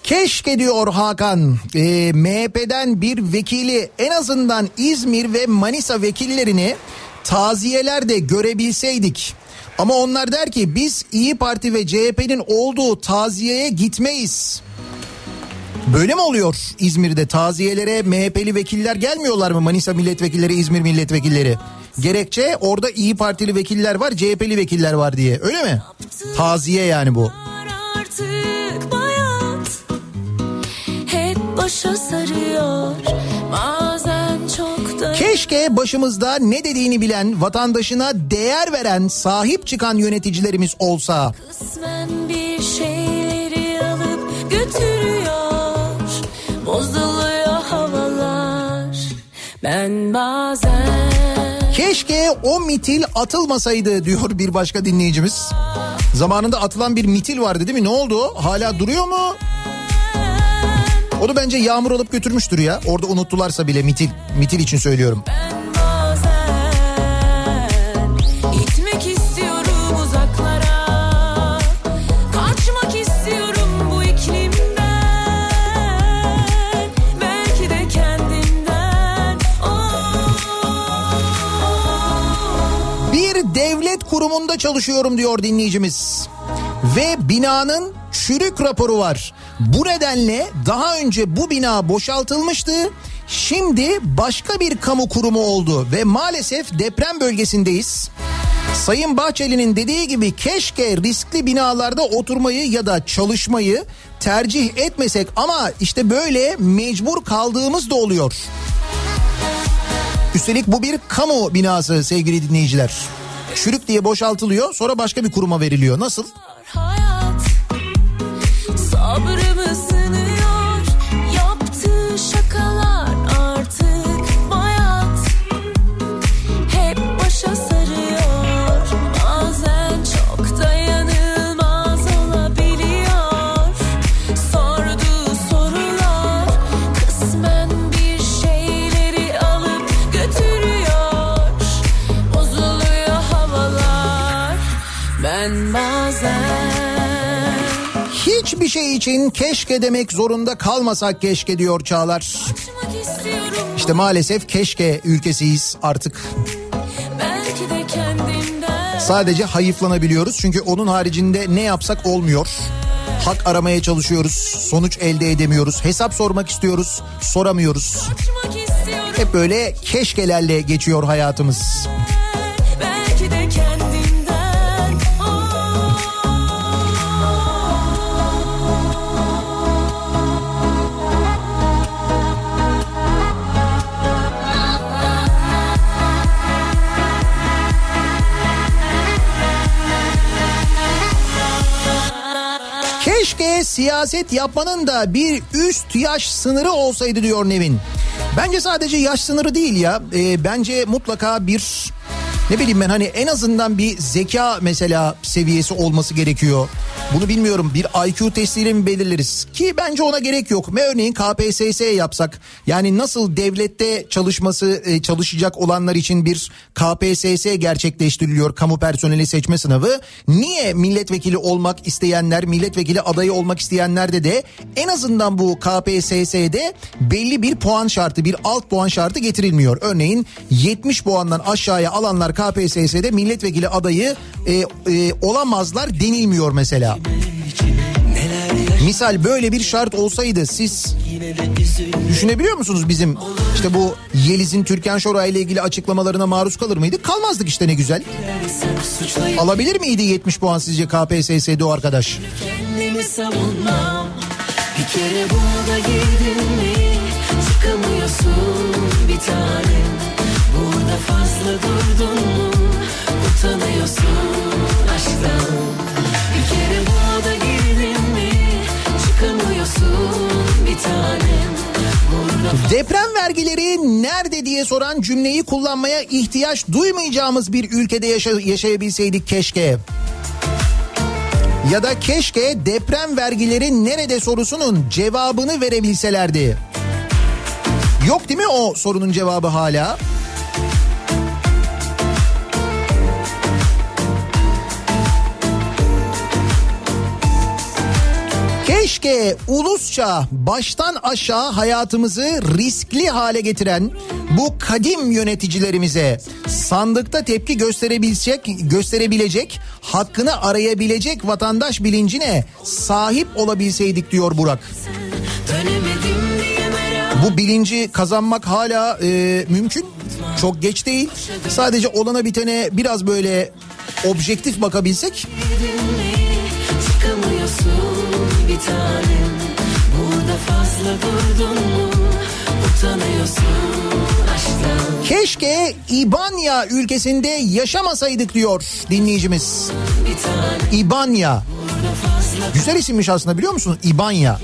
Keşke diyor Hakan, MHP'den bir vekili en azından İzmir ve Manisa vekillerini taziyelerde görebilseydik. Ama onlar der ki biz İyi Parti ve CHP'nin olduğu taziyeye gitmeyiz. Böyle mi oluyor İzmir'de? Taziyelere MHP'li vekiller gelmiyorlar mı? Manisa milletvekilleri, İzmir milletvekilleri. Gerekçe orada İyi Partili vekiller var, CHP'li vekiller var diye. Öyle mi? Taziye yani bu. Artık bayat hep başa sarıyor. Bazen çok da Keşke başımızda ne dediğini bilen, vatandaşına değer veren, sahip çıkan yöneticilerimiz olsa. kısmen bir şeyleri alıp götürüyor. Bozuluyor havalar. Ben bazen Keşke o mitil atılmasaydı diyor bir başka dinleyicimiz. Zamanında atılan bir mitil vardı değil mi? Ne oldu o? Hala duruyor mu? Onu bence yağmur alıp götürmüştür ya. Orada unuttularsa bile mitil. Mitil için söylüyorum. gitmek istiyorum uzaklara. Kaçmak istiyorum bu iklimden. Belki de kendimden. Bir devlet kurumunda çalışıyorum diyor dinleyicimiz. Ve binanın çürük raporu var. Bu nedenle daha önce bu bina boşaltılmıştı. Şimdi başka bir kamu kurumu oldu ve maalesef deprem bölgesindeyiz. Sayın Bahçeli'nin dediği gibi keşke riskli binalarda oturmayı ya da çalışmayı tercih etmesek ama işte böyle mecbur kaldığımız da oluyor. Üstelik bu bir kamu binası sevgili dinleyiciler. Çürük diye boşaltılıyor, sonra başka bir kuruma veriliyor. Nasıl? Hayat sabrımı sınıyor. Yaptığı şakalar artık bayat. Hep başa sarıyor. Bazen çok dayanılmaz olabiliyor. Sorduğu sorular kısmen bir şeyleri alıp götürüyor. Bozuluyor havalar. Ben bazen Hiçbir şey için keşke demek zorunda kalmasak keşke diyor Çağlar. kaçmak istiyorum. İşte maalesef keşke ülkesiyiz artık. Belki de kendimden. Sadece hayıflanabiliyoruz çünkü onun haricinde ne yapsak olmuyor. Hak aramaya çalışıyoruz, sonuç elde edemiyoruz. Hesap sormak istiyoruz, soramıyoruz. Kaçmak istiyorum. Hep böyle keşkelerle geçiyor hayatımız. Belki de kendimden. Keşke siyaset yapmanın da bir üst yaş sınırı olsaydı diyor Nevin. Bence sadece yaş sınırı değil ya. Bence mutlaka bir, ne bileyim ben, hani en azından bir zeka mesela seviyesi olması gerekiyor. Bunu bilmiyorum, bir IQ testiyle mi belirleriz? Ki bence ona gerek yok. Örneğin KPSS yapsak, yani nasıl devlette çalışacak olanlar için bir KPSS gerçekleştiriliyor, kamu personeli seçme sınavı. Niye milletvekili olmak isteyenler, milletvekili adayı olmak isteyenlerde de en azından bu KPSS'de belli bir puan şartı, bir alt puan şartı getirilmiyor? Örneğin 70 puandan aşağıya alanlar KPSS'de milletvekili adayı olamazlar denilmiyor mesela. Misal böyle bir şart olsaydı siz düşünebiliyor musunuz bizim işte bu Yeliz'in Türkan Şoray ile ilgili açıklamalarına maruz kalır mıydık? Kalmazdık işte, ne güzel. Alabilir miydi 70 puan sizce KPSS'de o arkadaş? Kendimi savunmam. Bir kere buna da girdin mi? Çıkamıyorsun bir tanem. Burada fazla durdun mu? Utanıyorsun aşktan. Bir kere buna da girdin mi? Çıkamıyorsun bir tanem. Deprem vergileri nerede diye soran cümleyi kullanmaya ihtiyaç duymayacağımız bir ülkede yaşayabilseydik keşke. Ya da keşke deprem vergileri nerede sorusunun cevabını verebilselerdi. Yok değil mi o sorunun cevabı hala? Keşke ulusça baştan aşağı hayatımızı riskli hale getiren bu kadim yöneticilerimize sandıkta tepki gösterebilecek, hakkını arayabilecek vatandaş bilincine sahip olabilseydik diyor Burak. Bu bilinci kazanmak hala mümkün. Çok geç değil. Sadece olana bitene biraz böyle objektif bakabilsek. Bir tanem, burada fazla durdun mu? Utanıyorsun aşktan. Keşke İbanya ülkesinde yaşamasaydık diyor dinleyicimiz. İbanya. Güzel isimmiş aslında, biliyor musun? İbanya.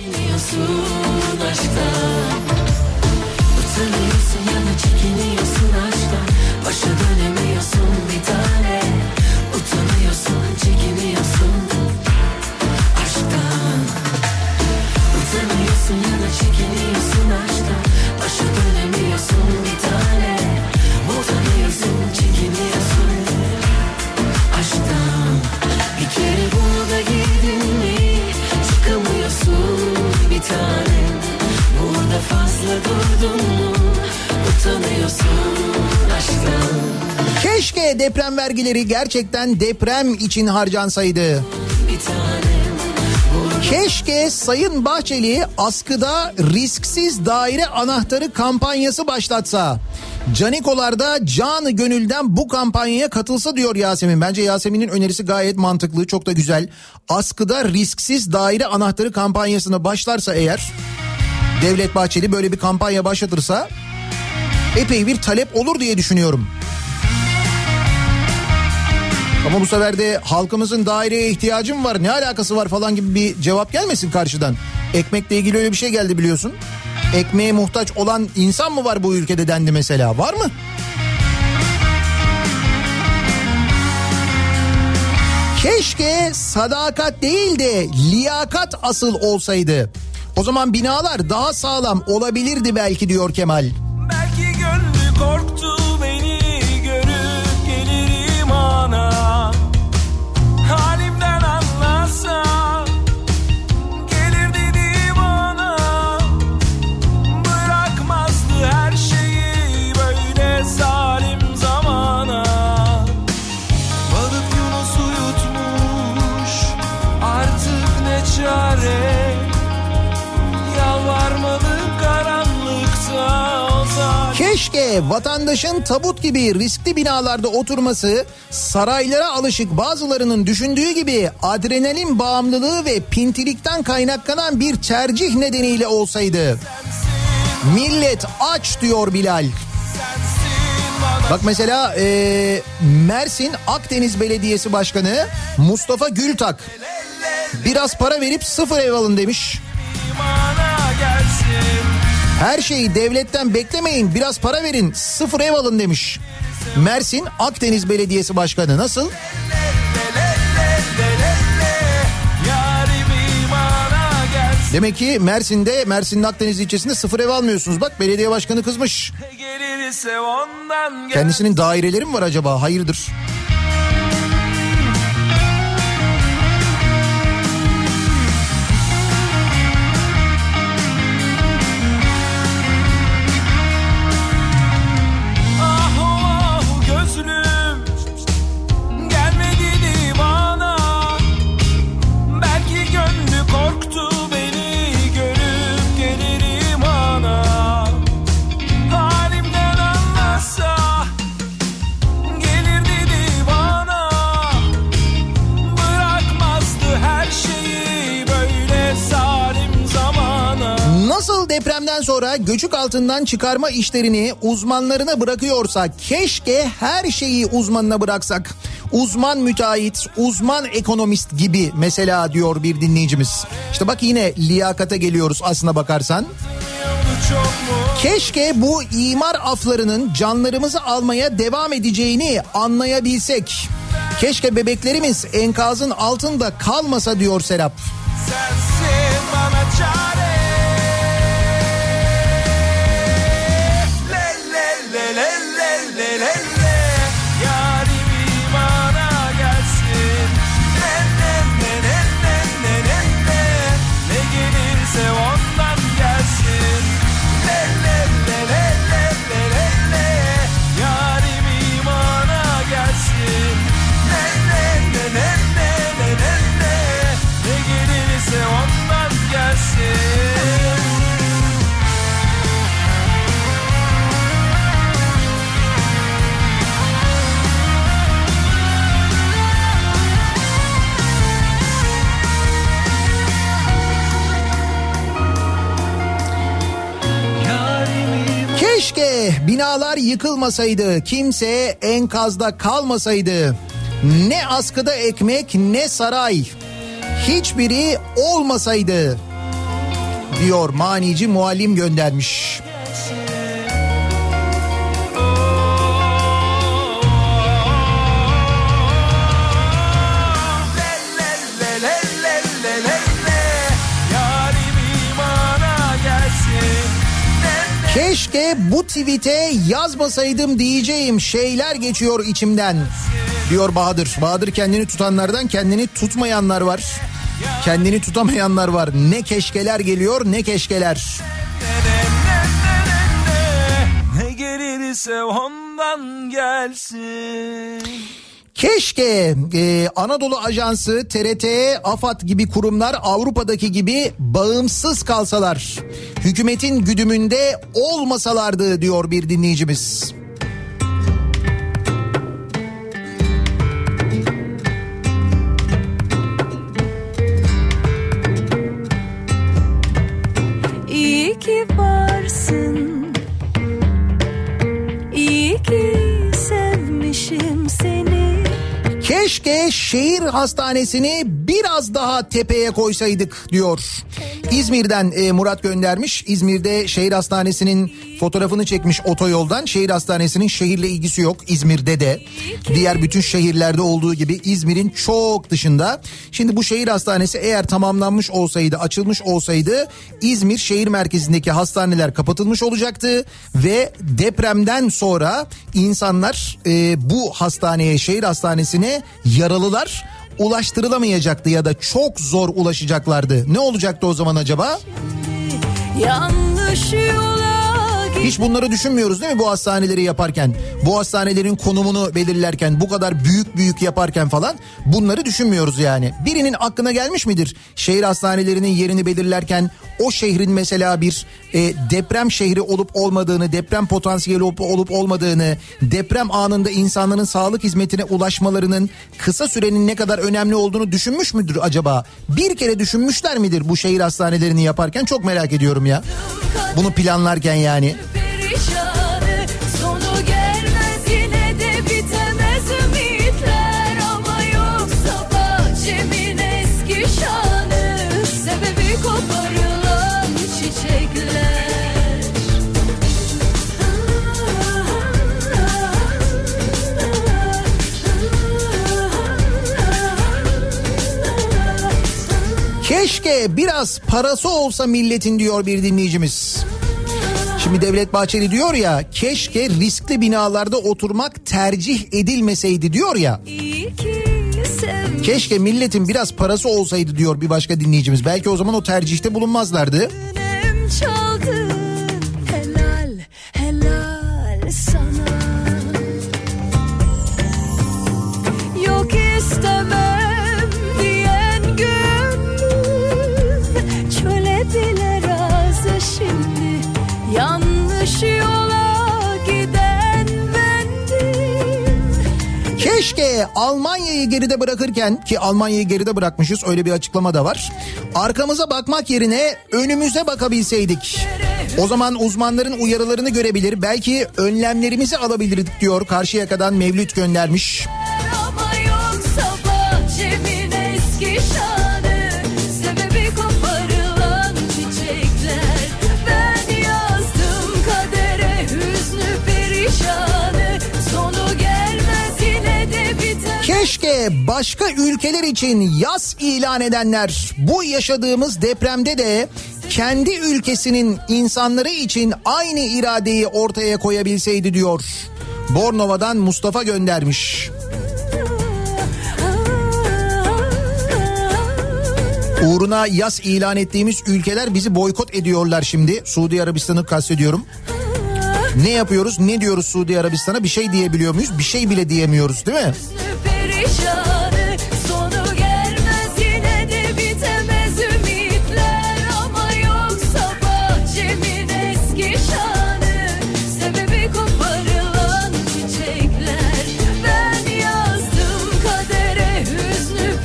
Utanıyorsun ya da çekiniyorsun aşktan. Başa dönemiyorsun bir tane. Utanıyorsun, çekiniyorsun. Utanıyorsun ya da çekiniyorsun aşktan. Başa dönemiyorsun bir tane. Utanıyorsun, çekiniyorsun aşktan. Bir kere bunu da girdin mi? Çıkamıyorsun bir tane. Burada fazla durdun mu? Utanıyorsun aşktan. Keşke deprem vergileri gerçekten deprem için harcansaydı. Bir tane. Keşke Sayın Bahçeli askıda risksiz daire anahtarı kampanyası başlatsa. Canikolar da canı gönülden bu kampanyaya katılsa diyor Yasemin. Bence Yasemin'in önerisi gayet mantıklı, çok da güzel. Askıda risksiz daire anahtarı kampanyasını başlarsa eğer, Devlet Bahçeli böyle bir kampanya başlatırsa epey bir talep olur diye düşünüyorum. Ama bu sefer de halkımızın daireye ihtiyacı mı var, ne alakası var falan gibi bir cevap gelmesin karşıdan. Ekmekle ilgili öyle bir şey geldi biliyorsun. Ekmeğe muhtaç olan insan mı var bu ülkede dendi mesela, var mı? Keşke sadakat değil de liyakat asıl olsaydı. O zaman binalar daha sağlam olabilirdi belki diyor Kemal. Belki gönlü korktu beni görüp gelirim ana. Halimden anlasa gelir dedi bana. Bırakmazdı her şeyi böyle zalim zamana. Balık Yunus'u yutmuş artık ne çare. Yalvarmalı karanlıkta. Keşke vatandaşın tabut gibi riskli binalarda oturması saraylara alışık bazılarının düşündüğü gibi adrenalin bağımlılığı ve pintilikten kaynaklanan bir tercih nedeniyle olsaydı. Millet aç diyor Bilal. Bak mesela Mersin Akdeniz Belediyesi Başkanı Mustafa Gültak biraz para verip sıfır ev alın demiş. Her şeyi devletten beklemeyin, biraz para verin, sıfır ev alın demiş. Mersin Akdeniz Belediyesi Başkanı. Nasıl? Demek ki Mersin'in Akdeniz ilçesinde sıfır ev almıyorsunuz. Bak belediye başkanı kızmış. Kendisinin daireleri mi var acaba? Hayırdır? Depremden sonra göçük altından çıkarma işlerini uzmanlarına bırakıyorsa keşke her şeyi uzmanına bıraksak. Uzman müteahhit, uzman ekonomist gibi mesela diyor bir dinleyicimiz. İşte bak yine liyakata geliyoruz aslına bakarsan. Keşke bu imar aflarının canlarımızı almaya devam edeceğini anlayabilsek. Keşke bebeklerimiz enkazın altında kalmasa diyor Serap. Sensin bana çare. binalar yıkılmasaydı, kimse enkazda kalmasaydı, ne askıda ekmek ne saray, hiçbiri olmasaydı diyor manici muallim göndermiş. Keşke bu tweet'e yazmasaydım diyeceğim şeyler geçiyor içimden diyor Bahadır. Bahadır kendini tutanlardan, kendini tutmayanlar var. Kendini tutamayanlar var. Ne keşkeler geliyor, ne keşkeler. Ne gelirse ondan gelsin. Keşke Anadolu Ajansı, TRT, AFAD gibi kurumlar Avrupa'daki gibi bağımsız kalsalar, hükümetin güdümünde olmasalardı diyor bir dinleyicimiz. İyi ki varsın, iyi ki sevmişim seni. Keşke şehir hastanesini biraz daha tepeye koysaydık diyor. İzmir'den Murat göndermiş. İzmir'de şehir hastanesinin fotoğrafını çekmiş otoyoldan. Şehir hastanesinin şehirle ilgisi yok. İzmir'de de diğer bütün şehirlerde olduğu gibi İzmir'in çok dışında. Şimdi bu şehir hastanesi eğer tamamlanmış olsaydı, açılmış olsaydı İzmir şehir merkezindeki hastaneler kapatılmış olacaktı ve depremden sonra insanlar bu hastaneye, şehir hastanesine yaralılar ulaştırılamayacaktı ya da çok zor ulaşacaklardı. Ne olacaktı o zaman acaba? Yanlış yola Hiç bunları düşünmüyoruz değil mi bu hastaneleri yaparken? Bu hastanelerin konumunu belirlerken, bu kadar büyük yaparken falan bunları düşünmüyoruz yani. Birinin aklına gelmiş midir? Şehir hastanelerinin yerini belirlerken o şehrin mesela bir deprem şehri olup olmadığını, deprem potansiyeli olup olmadığını, deprem anında insanların sağlık hizmetine ulaşmalarının kısa sürenin ne kadar önemli olduğunu düşünmüş müdür acaba? Bir kere düşünmüşler midir bu şehir hastanelerini yaparken? Çok merak ediyorum ya. Bunu planlarken yani. perişanı, sonu gelmez yine de bitemez ümitler. Ama yoksa bahçemin eski şanı, sebebi koparılan çiçekler. Keşke biraz parası olsa milletin diyor bir dinleyicimiz. Şimdi Devlet Bahçeli diyor ya, keşke riskli binalarda oturmak tercih edilmeseydi diyor ya. Keşke milletin biraz parası olsaydı diyor bir başka dinleyicimiz. Belki o zaman o tercihte bulunmazlardı. Çaldın, helal, helal sana. Yok istemem diyen gönlüm çöle bile razı şimdi. Yanlış yola giden bendim. Keşke Almanya'yı geride bırakırken, ki Almanya'yı geride bırakmışız, öyle bir açıklama da var. Arkamıza bakmak yerine önümüze bakabilseydik. O zaman uzmanların uyarılarını görebilir, belki önlemlerimizi alabilirdik diyor. Karşıyaka'dan Mevlüt göndermiş. Ama yoksa bahçemin eski şanı, sebebi koparılan çiçekler. Ben yazdım kadere hüznü perişanı, sonu gelmez yine de biter. Keşke başka ülkeler için yas ilan edenler bu yaşadığımız depremde de kendi ülkesinin insanları için aynı iradeyi ortaya koyabilseydi diyor. Bornova'dan Mustafa göndermiş. Uğruna yas ilan ettiğimiz ülkeler bizi boykot ediyorlar şimdi. Suudi Arabistan'ı kastediyorum. Ne yapıyoruz? Ne diyoruz Suudi Arabistan'a? Bir şey diyebiliyor muyuz? Bir şey bile diyemiyoruz değil mi? Perişanı, sonu gelmez yine de bitemez ümitler. Ama yoksa bahçemin eski şanı, sebebi koparılan çiçekler. Ben yazdım kadere hüznü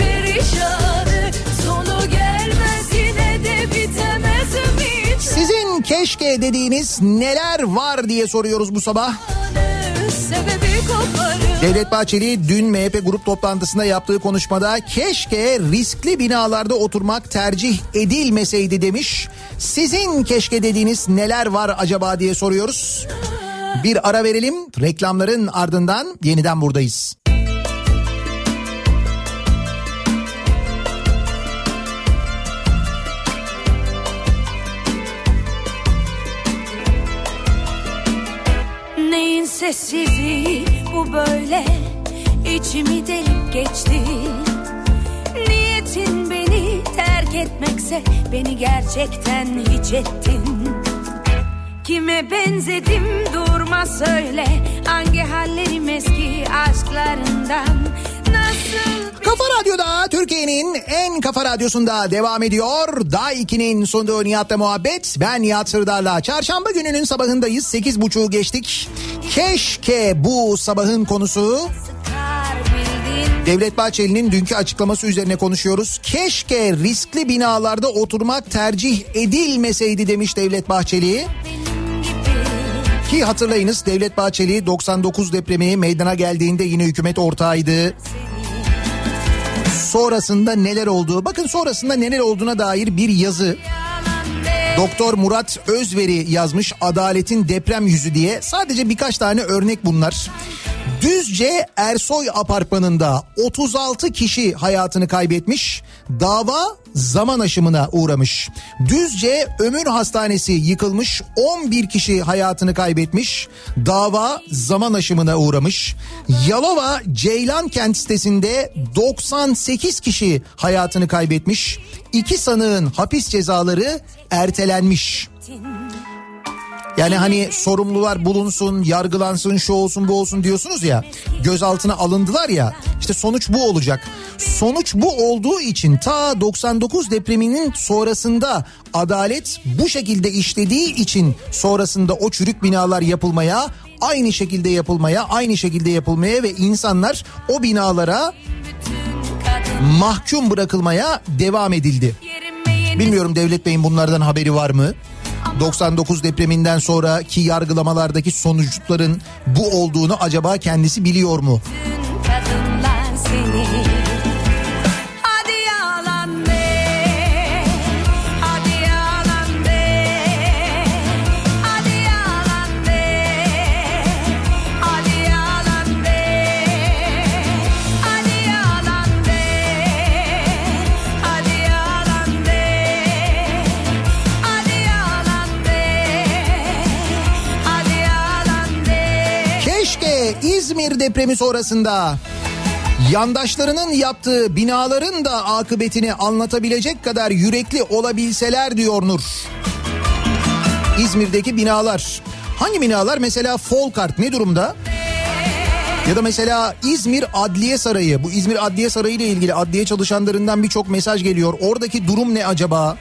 perişanı, sonu gelmez yine de bitemez ümitler. Sizin keşke Keşke dediğiniz neler var diye soruyoruz bu sabah. Sebebi koparır. Devlet Bahçeli dün MHP grup toplantısında yaptığı konuşmada keşke riskli binalarda oturmak tercih edilmeseydi demiş. Sizin keşke dediğiniz neler var acaba diye soruyoruz. Bir ara verelim, reklamların ardından yeniden buradayız. Neyin sessizliği bu böyle, içimi delip geçti. Niyetin beni terk etmekse beni gerçekten hiç ettin. Kime benzedim durma söyle, hangi hallerim eski aşklarından nasıl... Kafa Radyo'da, Türkiye'nin en kafa radyosunda devam ediyor. Day 2'nin sunduğu Nihat'la muhabbet. Ben Nihat Sırdar'la. Çarşamba gününün sabahındayız. 8.30'u geçtik. Keşke bu sabahın konusu. Devlet Bahçeli'nin dünkü açıklaması üzerine konuşuyoruz. Keşke riskli binalarda oturmak tercih edilmeseydi demiş Devlet Bahçeli. Ki hatırlayınız, Devlet Bahçeli 99 depremi meydana geldiğinde yine hükümet ortağıydı. Sonrasında neler oldu? Bakın sonrasında neler olduğuna dair bir yazı Doktor Murat Özveri yazmış, Adaletin Deprem Yüzü diye. Sadece birkaç tane örnek bunlar. Düzce Ersoy Apartmanı'nda 36 kişi hayatını kaybetmiş. Dava zaman aşımına uğramış. Düzce Ömür Hastanesi yıkılmış. 11 kişi hayatını kaybetmiş. Dava zaman aşımına uğramış. Yalova Ceylankent sitesinde 98 kişi hayatını kaybetmiş. 2 sanığın hapis cezaları ertelenmiş. Yani hani sorumlular bulunsun, yargılansın, şu olsun, bu olsun diyorsunuz ya. Gözaltına alındılar ya. İşte sonuç bu olacak. Sonuç bu olduğu için ta 99 depreminin sonrasında adalet bu şekilde işlediği için sonrasında o çürük binalar yapılmaya, aynı şekilde yapılmaya ve insanlar o binalara mahkum bırakılmaya devam edildi. Bilmiyorum Devlet Bey'in bunlardan haberi var mı? 99 depreminden sonraki yargılamalardaki sonuçların bu olduğunu acaba kendisi biliyor mu? İzmir depremi sonrasında yandaşlarının yaptığı binaların da akıbetini anlatabilecek kadar yürekli olabilseler diyor Nur. İzmir'deki binalar. Hangi binalar? Mesela Folkart ne durumda? Ya da mesela İzmir Adliye Sarayı. Bu İzmir Adliye Sarayı ile ilgili adliye çalışanlarından birçok mesaj geliyor. Oradaki durum ne acaba?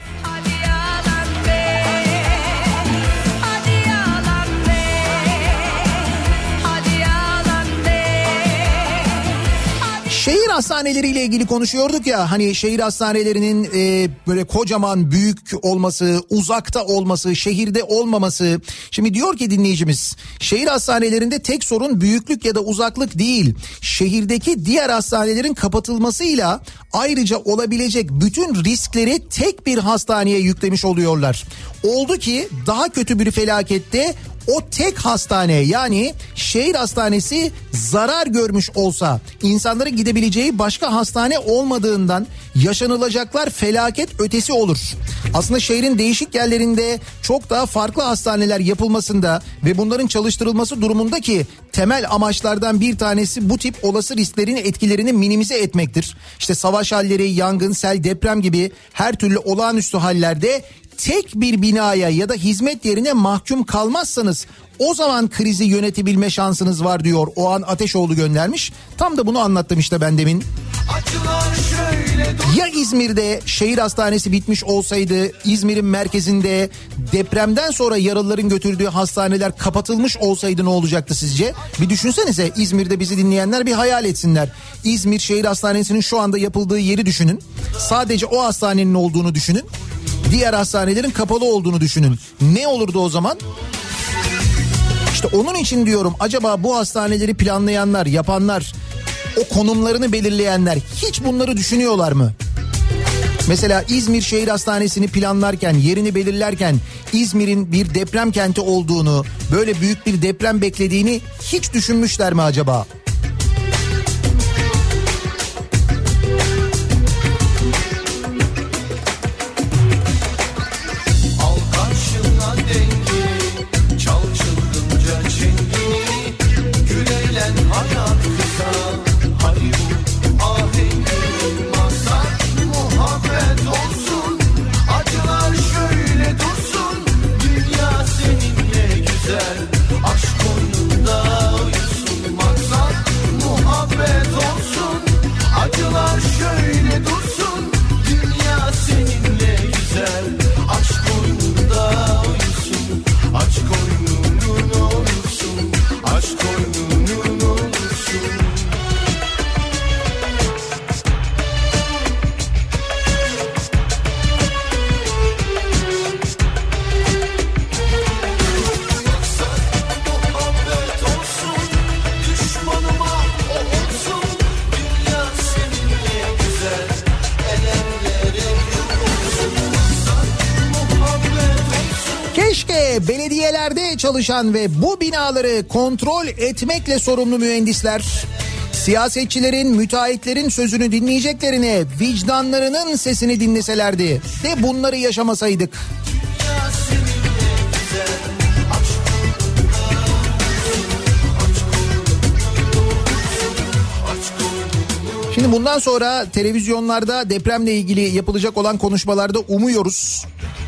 Şehir hastaneleriyle ilgili konuşuyorduk ya, hani şehir hastanelerinin böyle kocaman büyük olması, uzakta olması, şehirde olmaması. Şimdi diyor ki dinleyicimiz, şehir hastanelerinde tek sorun büyüklük ya da uzaklık değil. Şehirdeki diğer hastanelerin kapatılmasıyla ayrıca olabilecek bütün riskleri tek bir hastaneye yüklemiş oluyorlar. Oldu ki daha kötü bir felakette o tek hastane, yani şehir hastanesi zarar görmüş olsa, insanların gidebileceği başka hastane olmadığından yaşanılacaklar felaket ötesi olur. Aslında şehrin değişik yerlerinde çok daha farklı hastaneler yapılmasında ve bunların çalıştırılması durumundaki temel amaçlardan bir tanesi bu tip olası risklerin etkilerini minimize etmektir. İşte savaş halleri, yangın, sel, deprem gibi her türlü olağanüstü hallerde tek bir binaya ya da hizmet yerine mahkum kalmazsanız o zaman krizi yönetebilme şansınız var diyor. O an Ateşoğlu göndermiş. Tam da bunu anlattım işte ben demin. Ya İzmir'de şehir hastanesi bitmiş olsaydı, İzmir'in merkezinde depremden sonra yaralıların götürdüğü hastaneler kapatılmış olsaydı ne olacaktı sizce? Bir düşünsenize, İzmir'de bizi dinleyenler bir hayal etsinler. İzmir Şehir Hastanesi'nin şu anda yapıldığı yeri düşünün. Sadece o hastanenin olduğunu düşünün. Diğer hastanelerin kapalı olduğunu düşünün. Ne olurdu o zaman? İşte onun için diyorum, acaba bu hastaneleri planlayanlar, yapanlar, o konumlarını belirleyenler hiç bunları düşünüyorlar mı? Mesela İzmir Şehir Hastanesi'ni planlarken, yerini belirlerken İzmir'in bir deprem kenti olduğunu, böyle büyük bir deprem beklediğini hiç düşünmüşler mi acaba? Belediyelerde çalışan ve bu binaları kontrol etmekle sorumlu mühendisler, siyasetçilerin, müteahhitlerin sözünü dinleyeceklerine vicdanlarının sesini dinleselerdi de bunları yaşamasaydık. Şimdi bundan sonra televizyonlarda depremle ilgili yapılacak olan konuşmalarda umuyoruz,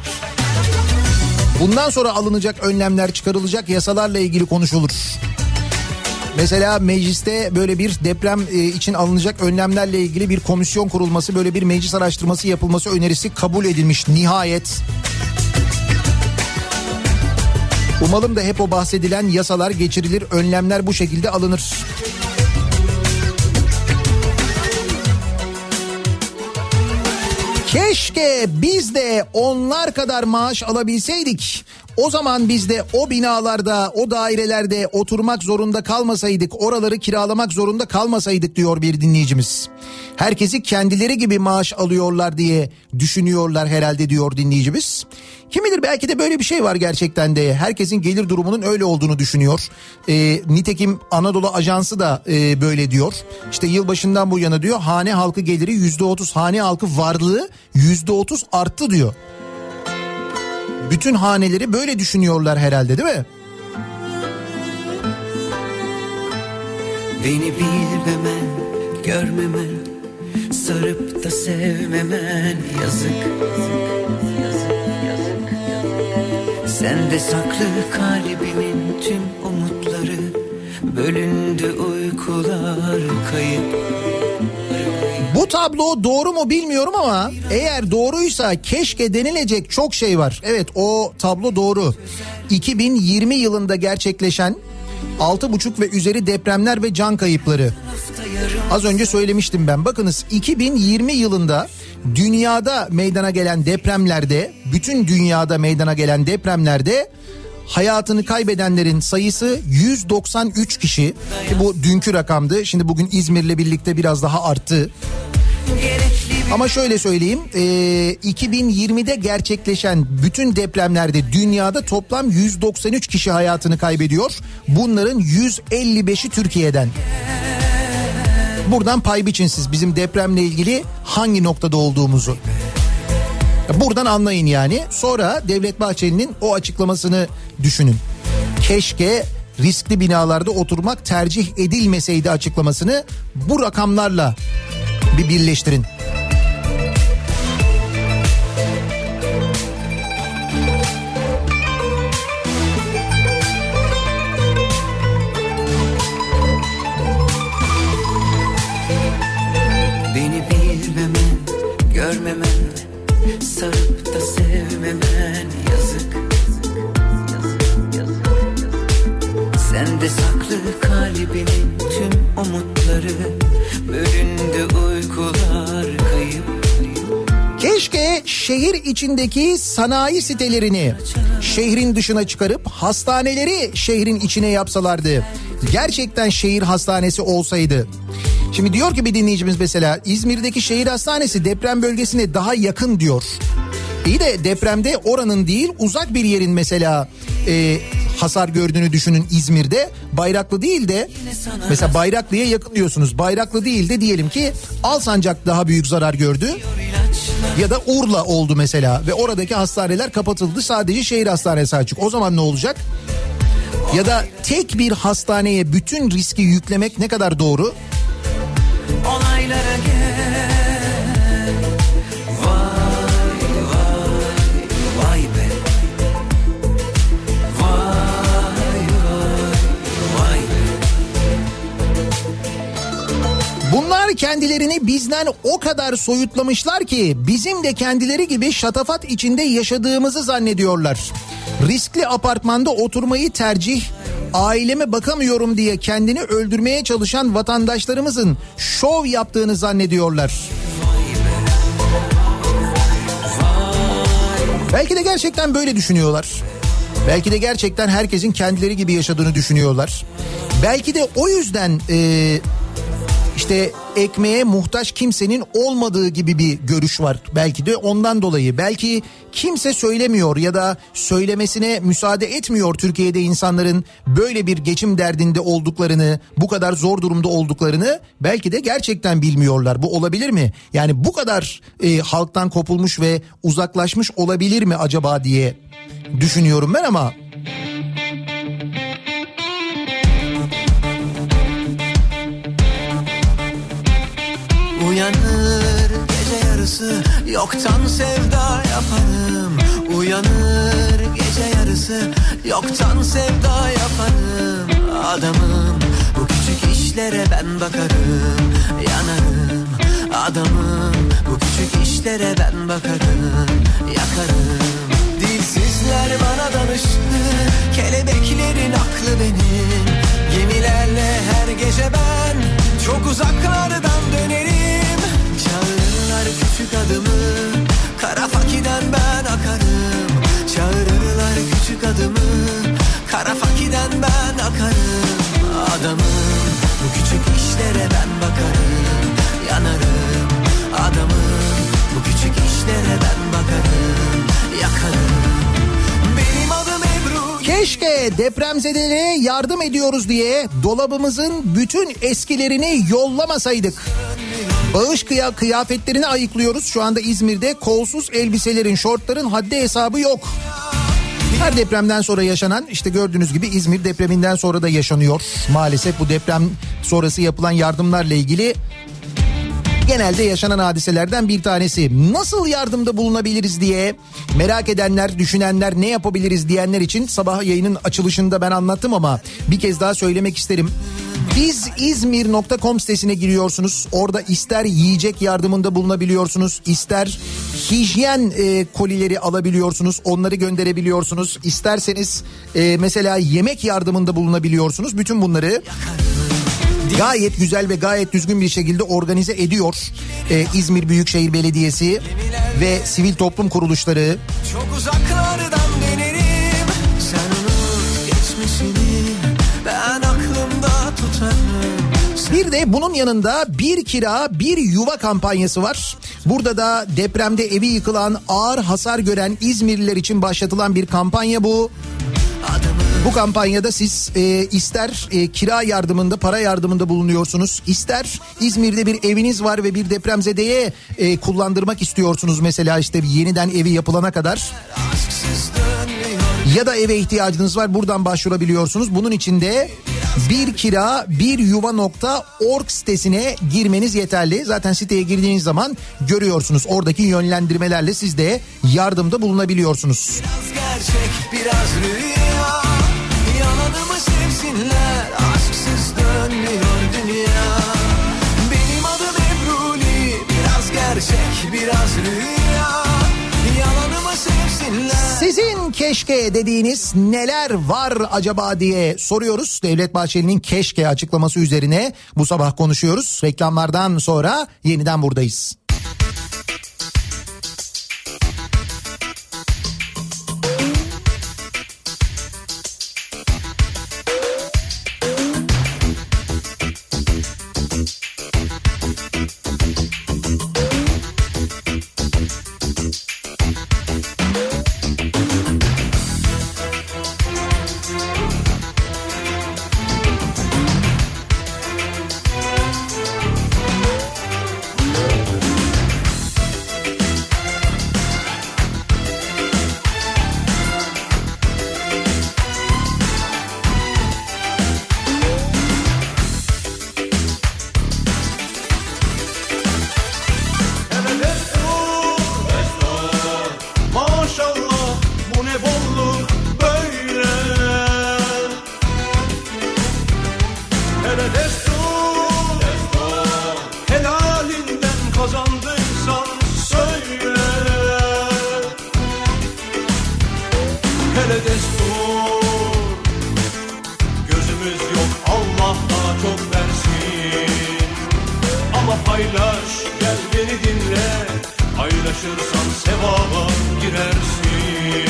bundan sonra alınacak önlemler, çıkarılacak yasalarla ilgili konuşulur. Mesela mecliste böyle bir deprem için alınacak önlemlerle ilgili bir komisyon kurulması, böyle bir meclis araştırması yapılması önerisi kabul edilmiş nihayet. Umalım da hep o bahsedilen yasalar geçirilir, önlemler bu şekilde alınır. Keşke biz de onlar kadar maaş alabilseydik. O zaman biz de o binalarda, o dairelerde oturmak zorunda kalmasaydık, oraları kiralamak zorunda kalmasaydık diyor bir dinleyicimiz. Herkesi kendileri gibi maaş alıyorlar diye düşünüyorlar herhalde diyor dinleyicimiz. Kim bilir, belki de böyle bir şey var gerçekten de. Herkesin gelir durumunun öyle olduğunu düşünüyor. Nitekim Anadolu Ajansı da böyle diyor. İşte yılbaşından bu yana diyor, hane halkı geliri %30, hane halkı varlığı %30 arttı diyor. Bütün haneleri böyle düşünüyorlar herhalde, değil mi? Beni bilmemen, görmemen, sarıp da sevmemen yazık. Sende saklı kalbimin tüm umutları, bölündü uykular kayıp. Bu tablo doğru mu bilmiyorum ama eğer doğruysa keşke denilecek çok şey var. Evet, o tablo doğru. 2020 yılında gerçekleşen 6,5 ve üzeri depremler ve can kayıpları. Az önce söylemiştim ben. Bakınız, 2020 yılında dünyada meydana gelen depremlerde, bütün dünyada meydana gelen depremlerde hayatını kaybedenlerin sayısı 193 kişi. Bu dünkü rakamdı. Şimdi bugün İzmir'le birlikte biraz daha arttı. Ama şöyle söyleyeyim, 2020'de gerçekleşen bütün depremlerde dünyada toplam 193 kişi hayatını kaybediyor. Bunların 155'i Türkiye'den. Buradan pay biçin siz bizim depremle ilgili hangi noktada olduğumuzu. Buradan anlayın yani. Sonra Devlet Bahçeli'nin o açıklamasını düşünün. Keşke riskli binalarda oturmak tercih edilmeseydi açıklamasını bu rakamlarla bir birleştirin. Beni bilmemen, görmemen, sarıp da sevmemen yazık. Sende saklı kalbimin tüm umutları, bölündü uykular şehir içindeki sanayi sitelerini şehrin dışına çıkarıp hastaneleri şehrin içine yapsalardı, gerçekten şehir hastanesi olsaydı. Şimdi diyor ki bir dinleyicimiz mesela, İzmir'deki şehir hastanesi deprem bölgesine daha yakın diyor. İyi de depremde oranın değil uzak bir yerin mesela hasar gördüğünü düşünün İzmir'de. Bayraklı değil de mesela Bayraklı'ya yakın diyorsunuz. Bayraklı değil de diyelim ki Alsancak daha büyük zarar gördü. Ya da Urla oldu mesela ve oradaki hastaneler kapatıldı, sadece şehir hastanesi açık. O zaman ne olacak? Ya da tek bir hastaneye bütün riski yüklemek ne kadar doğru? Olaylara gel. Vay vay vay be. Vay vay vay be. Bunlar kendilerini bizden o kadar soyutlamışlar ki bizim de kendileri gibi şatafat içinde yaşadığımızı zannediyorlar. Riskli apartmanda oturmayı tercih, aileme bakamıyorum diye kendini öldürmeye çalışan vatandaşlarımızın şov yaptığını zannediyorlar. Belki de gerçekten böyle düşünüyorlar. Belki de gerçekten herkesin kendileri gibi yaşadığını düşünüyorlar. Belki de o yüzden işte ekmeğe muhtaç kimsenin olmadığı gibi bir görüş var. Belki de ondan dolayı. Belki kimse söylemiyor ya da söylemesine müsaade etmiyor Türkiye'de insanların böyle bir geçim derdinde olduklarını, bu kadar zor durumda olduklarını. Belki de gerçekten bilmiyorlar. Bu olabilir mi? Yani bu kadar halktan kopulmuş ve uzaklaşmış olabilir mi acaba diye düşünüyorum ben ama... Uyanır gece yarısı, yoktan sevda yaparım. Uyanır gece yarısı, yoktan sevda yaparım. Adamım, bu küçük işlere ben bakarım, yanarım. Adamım, bu küçük işlere ben bakarım, yakarım. Dilsizler bana danıştı, kelebeklerin aklı benim. Gemilerle her gece ben çok uzaklardan dönerim. Çağırırlar küçük adımı, kara fakiden ben akarım. Çağırırlar küçük adımı, kara fakiden ben akarım. Adamım, bu küçük işlere ben bakarım, yanarım. Adamım, bu küçük işlere ben bakarım, yakarım. Benim adım Ebru. Keşke depremzedelere yardım ediyoruz diye dolabımızın bütün eskilerini yollamasaydık. Bağış kıyafetlerini ayıklıyoruz. Şu anda İzmir'de kolsuz elbiselerin, şortların haddi hesabı yok. Her depremden sonra yaşanan, işte gördüğünüz gibi İzmir depreminden sonra da yaşanıyor. Maalesef bu deprem sonrası yapılan yardımlarla ilgili genelde yaşanan hadiselerden bir tanesi. Nasıl yardımda bulunabiliriz diye merak edenler, düşünenler, ne yapabiliriz diyenler için sabah yayının açılışında ben anlattım ama bir kez daha söylemek isterim. bizizmir.com sitesine giriyorsunuz. Orada ister yiyecek yardımında bulunabiliyorsunuz, ister hijyen kolileri alabiliyorsunuz, onları gönderebiliyorsunuz. İsterseniz mesela yemek yardımında bulunabiliyorsunuz. Bütün bunları gayet güzel ve gayet düzgün bir şekilde organize ediyor İzmir Büyükşehir Belediyesi ve sivil toplum kuruluşları. Çok uzaklardan dönerim. Sen unut geçmişini, ben aklımda tutarım. Bir de bunun yanında bir kira bir yuva kampanyası var. Burada da depremde evi yıkılan, ağır hasar gören İzmirliler için başlatılan bir kampanya bu. Bu kampanyada siz ister kira yardımında, para yardımında bulunuyorsunuz, ister İzmir'de bir eviniz var ve bir depremzedeye kullandırmak istiyorsunuz mesela, işte yeniden evi yapılana kadar. Ya da eve ihtiyacınız var, buradan başvurabiliyorsunuz. Bunun için de birkirabirYuva.org sitesine girmeniz yeterli. Zaten siteye girdiğiniz zaman görüyorsunuz, oradaki yönlendirmelerle siz de yardımda bulunabiliyorsunuz. Biraz gerçek, biraz rüya. Yalanımı sevsinler, aşksız dönmüyor dünya. Benim adım Ebruli, biraz gerçek, biraz rüya. Yalanımı sevsinler. Sizin keşke dediğiniz neler var acaba diye soruyoruz. Devlet Bahçeli'nin keşke açıklaması üzerine bu sabah konuşuyoruz. Reklamlardan sonra yeniden buradayız. paylaş, gel beni dinle. Paylaşırsan sevaba girersin.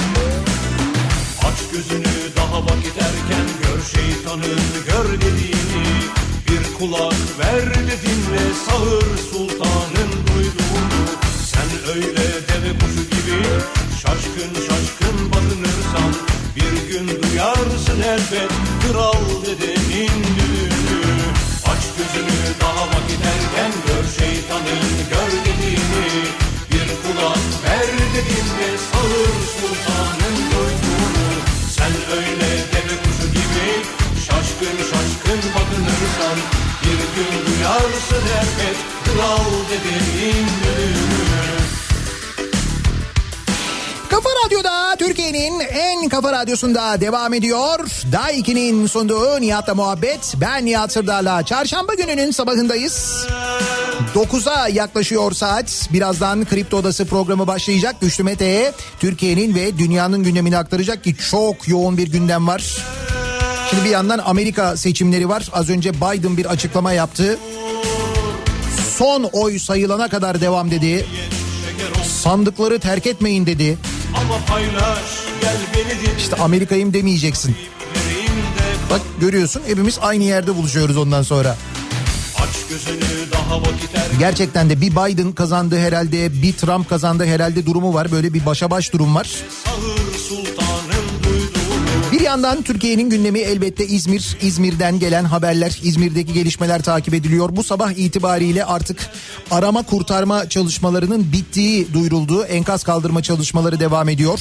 Aç gözünü daha vakit erken, gör şeytanın gör dediğini. Bir kulak ver de dinle, sağır sultanın duyduğunu. Sen öyle deve kuşu gibi şaşkın şaşkın bakınırsan, bir gün duyarsın elbet kral dedenin düğünü. Aç gözünü daha vakit erken, gör şeytanın gör dediğini. Bir kulak ver de dinle, sağır sultanın duyduğunu. Sen öyle deve kuşu gibi şaşkın şaşkın bakınırsan, bir gün duyarsın elbet kral dedenin düğünü. Kafa Radyo'da, Türkiye'nin en kafa radyosunda devam ediyor. Daiki'nin sunduğu Nihat'la muhabbet. Ben Nihat Sırdar'la. Çarşamba gününün sabahındayız. 9'a yaklaşıyor saat. Birazdan Kripto Odası programı başlayacak. Güçlü Mete Türkiye'nin ve dünyanın gündemini aktaracak ki çok yoğun bir gündem var. Şimdi bir yandan Amerika seçimleri var. Az önce Biden bir açıklama yaptı. Son oy sayılana kadar devam dedi. Sandıkları terk etmeyin dedi. İşte Amerika'yım demeyeceksin. Bak görüyorsun, hepimiz aynı yerde buluşuyoruz ondan sonra. Gerçekten de bir Biden kazandı herhalde, bir Trump kazandı herhalde durumu var. Böyle bir başa baş durum var. Bir yandan Türkiye'nin gündemi elbette İzmir. İzmir'den gelen haberler, İzmir'deki gelişmeler takip ediliyor. Bu sabah itibariyle artık arama kurtarma çalışmalarının bittiği duyuruldu. Enkaz kaldırma çalışmaları devam ediyor.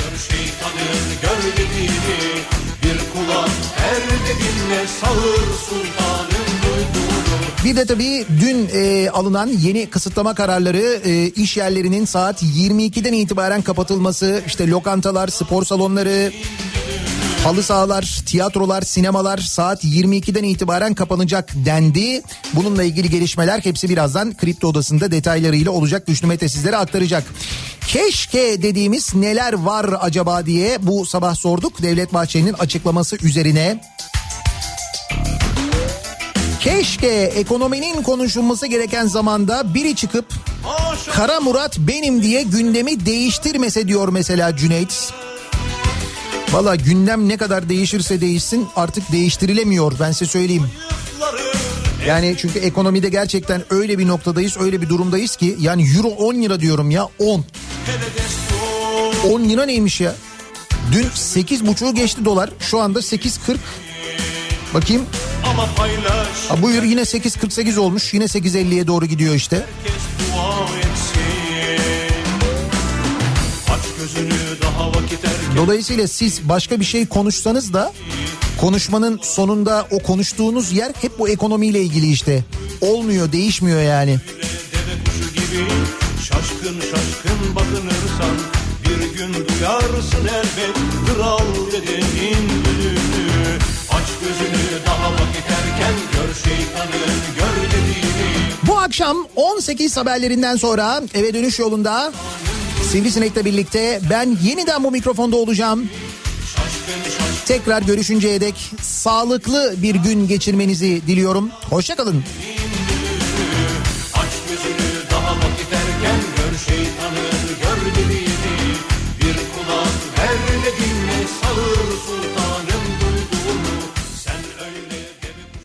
Bir de tabii dün alınan yeni kısıtlama kararları, iş yerlerinin saat 22'den itibaren kapatılması, işte lokantalar, spor salonları, halı sahalar, tiyatrolar, sinemalar saat 22'den itibaren kapanacak dendi. Bununla ilgili gelişmeler hepsi birazdan Kripto Odası'nda detaylarıyla olacak. Güçlü Mete sizlere aktaracak. Keşke dediğimiz neler var acaba diye bu sabah sorduk Devlet Bahçeli'nin açıklaması üzerine. Keşke ekonominin konuşulması gereken zamanda biri çıkıp Kara Murat benim diye gündemi değiştirmese diyor mesela Cüneyt. Valla gündem ne kadar değişirse değişsin artık değiştirilemiyor, ben size söyleyeyim. Yani çünkü ekonomide gerçekten öyle bir noktadayız, öyle bir durumdayız ki yani euro 10 lira diyorum ya, 10. 10 lira neymiş ya? Dün 8,5'u geçti dolar, şu anda 8,40. Bakayım. Ha, buyur yine 8,48 olmuş, yine 8,50'ye doğru gidiyor işte. Dolayısıyla siz başka bir şey konuşsanız da konuşmanın sonunda o konuştuğunuz yer hep bu ekonomiyle ilgili işte. Olmuyor, değişmiyor yani. Şaşkın şaşkın bakınırsan bir gün duyarsın elbet kral dedenin düğünü. Aç gözünü daha vakit erken, gör şeytanın gör dediğini. Bu akşam 18 haberlerinden sonra eve dönüş yolunda Sivrisinek'le birlikte ben yeniden bu mikrofonda olacağım. Tekrar görüşünceye dek sağlıklı bir gün geçirmenizi diliyorum. Hoşça kalın.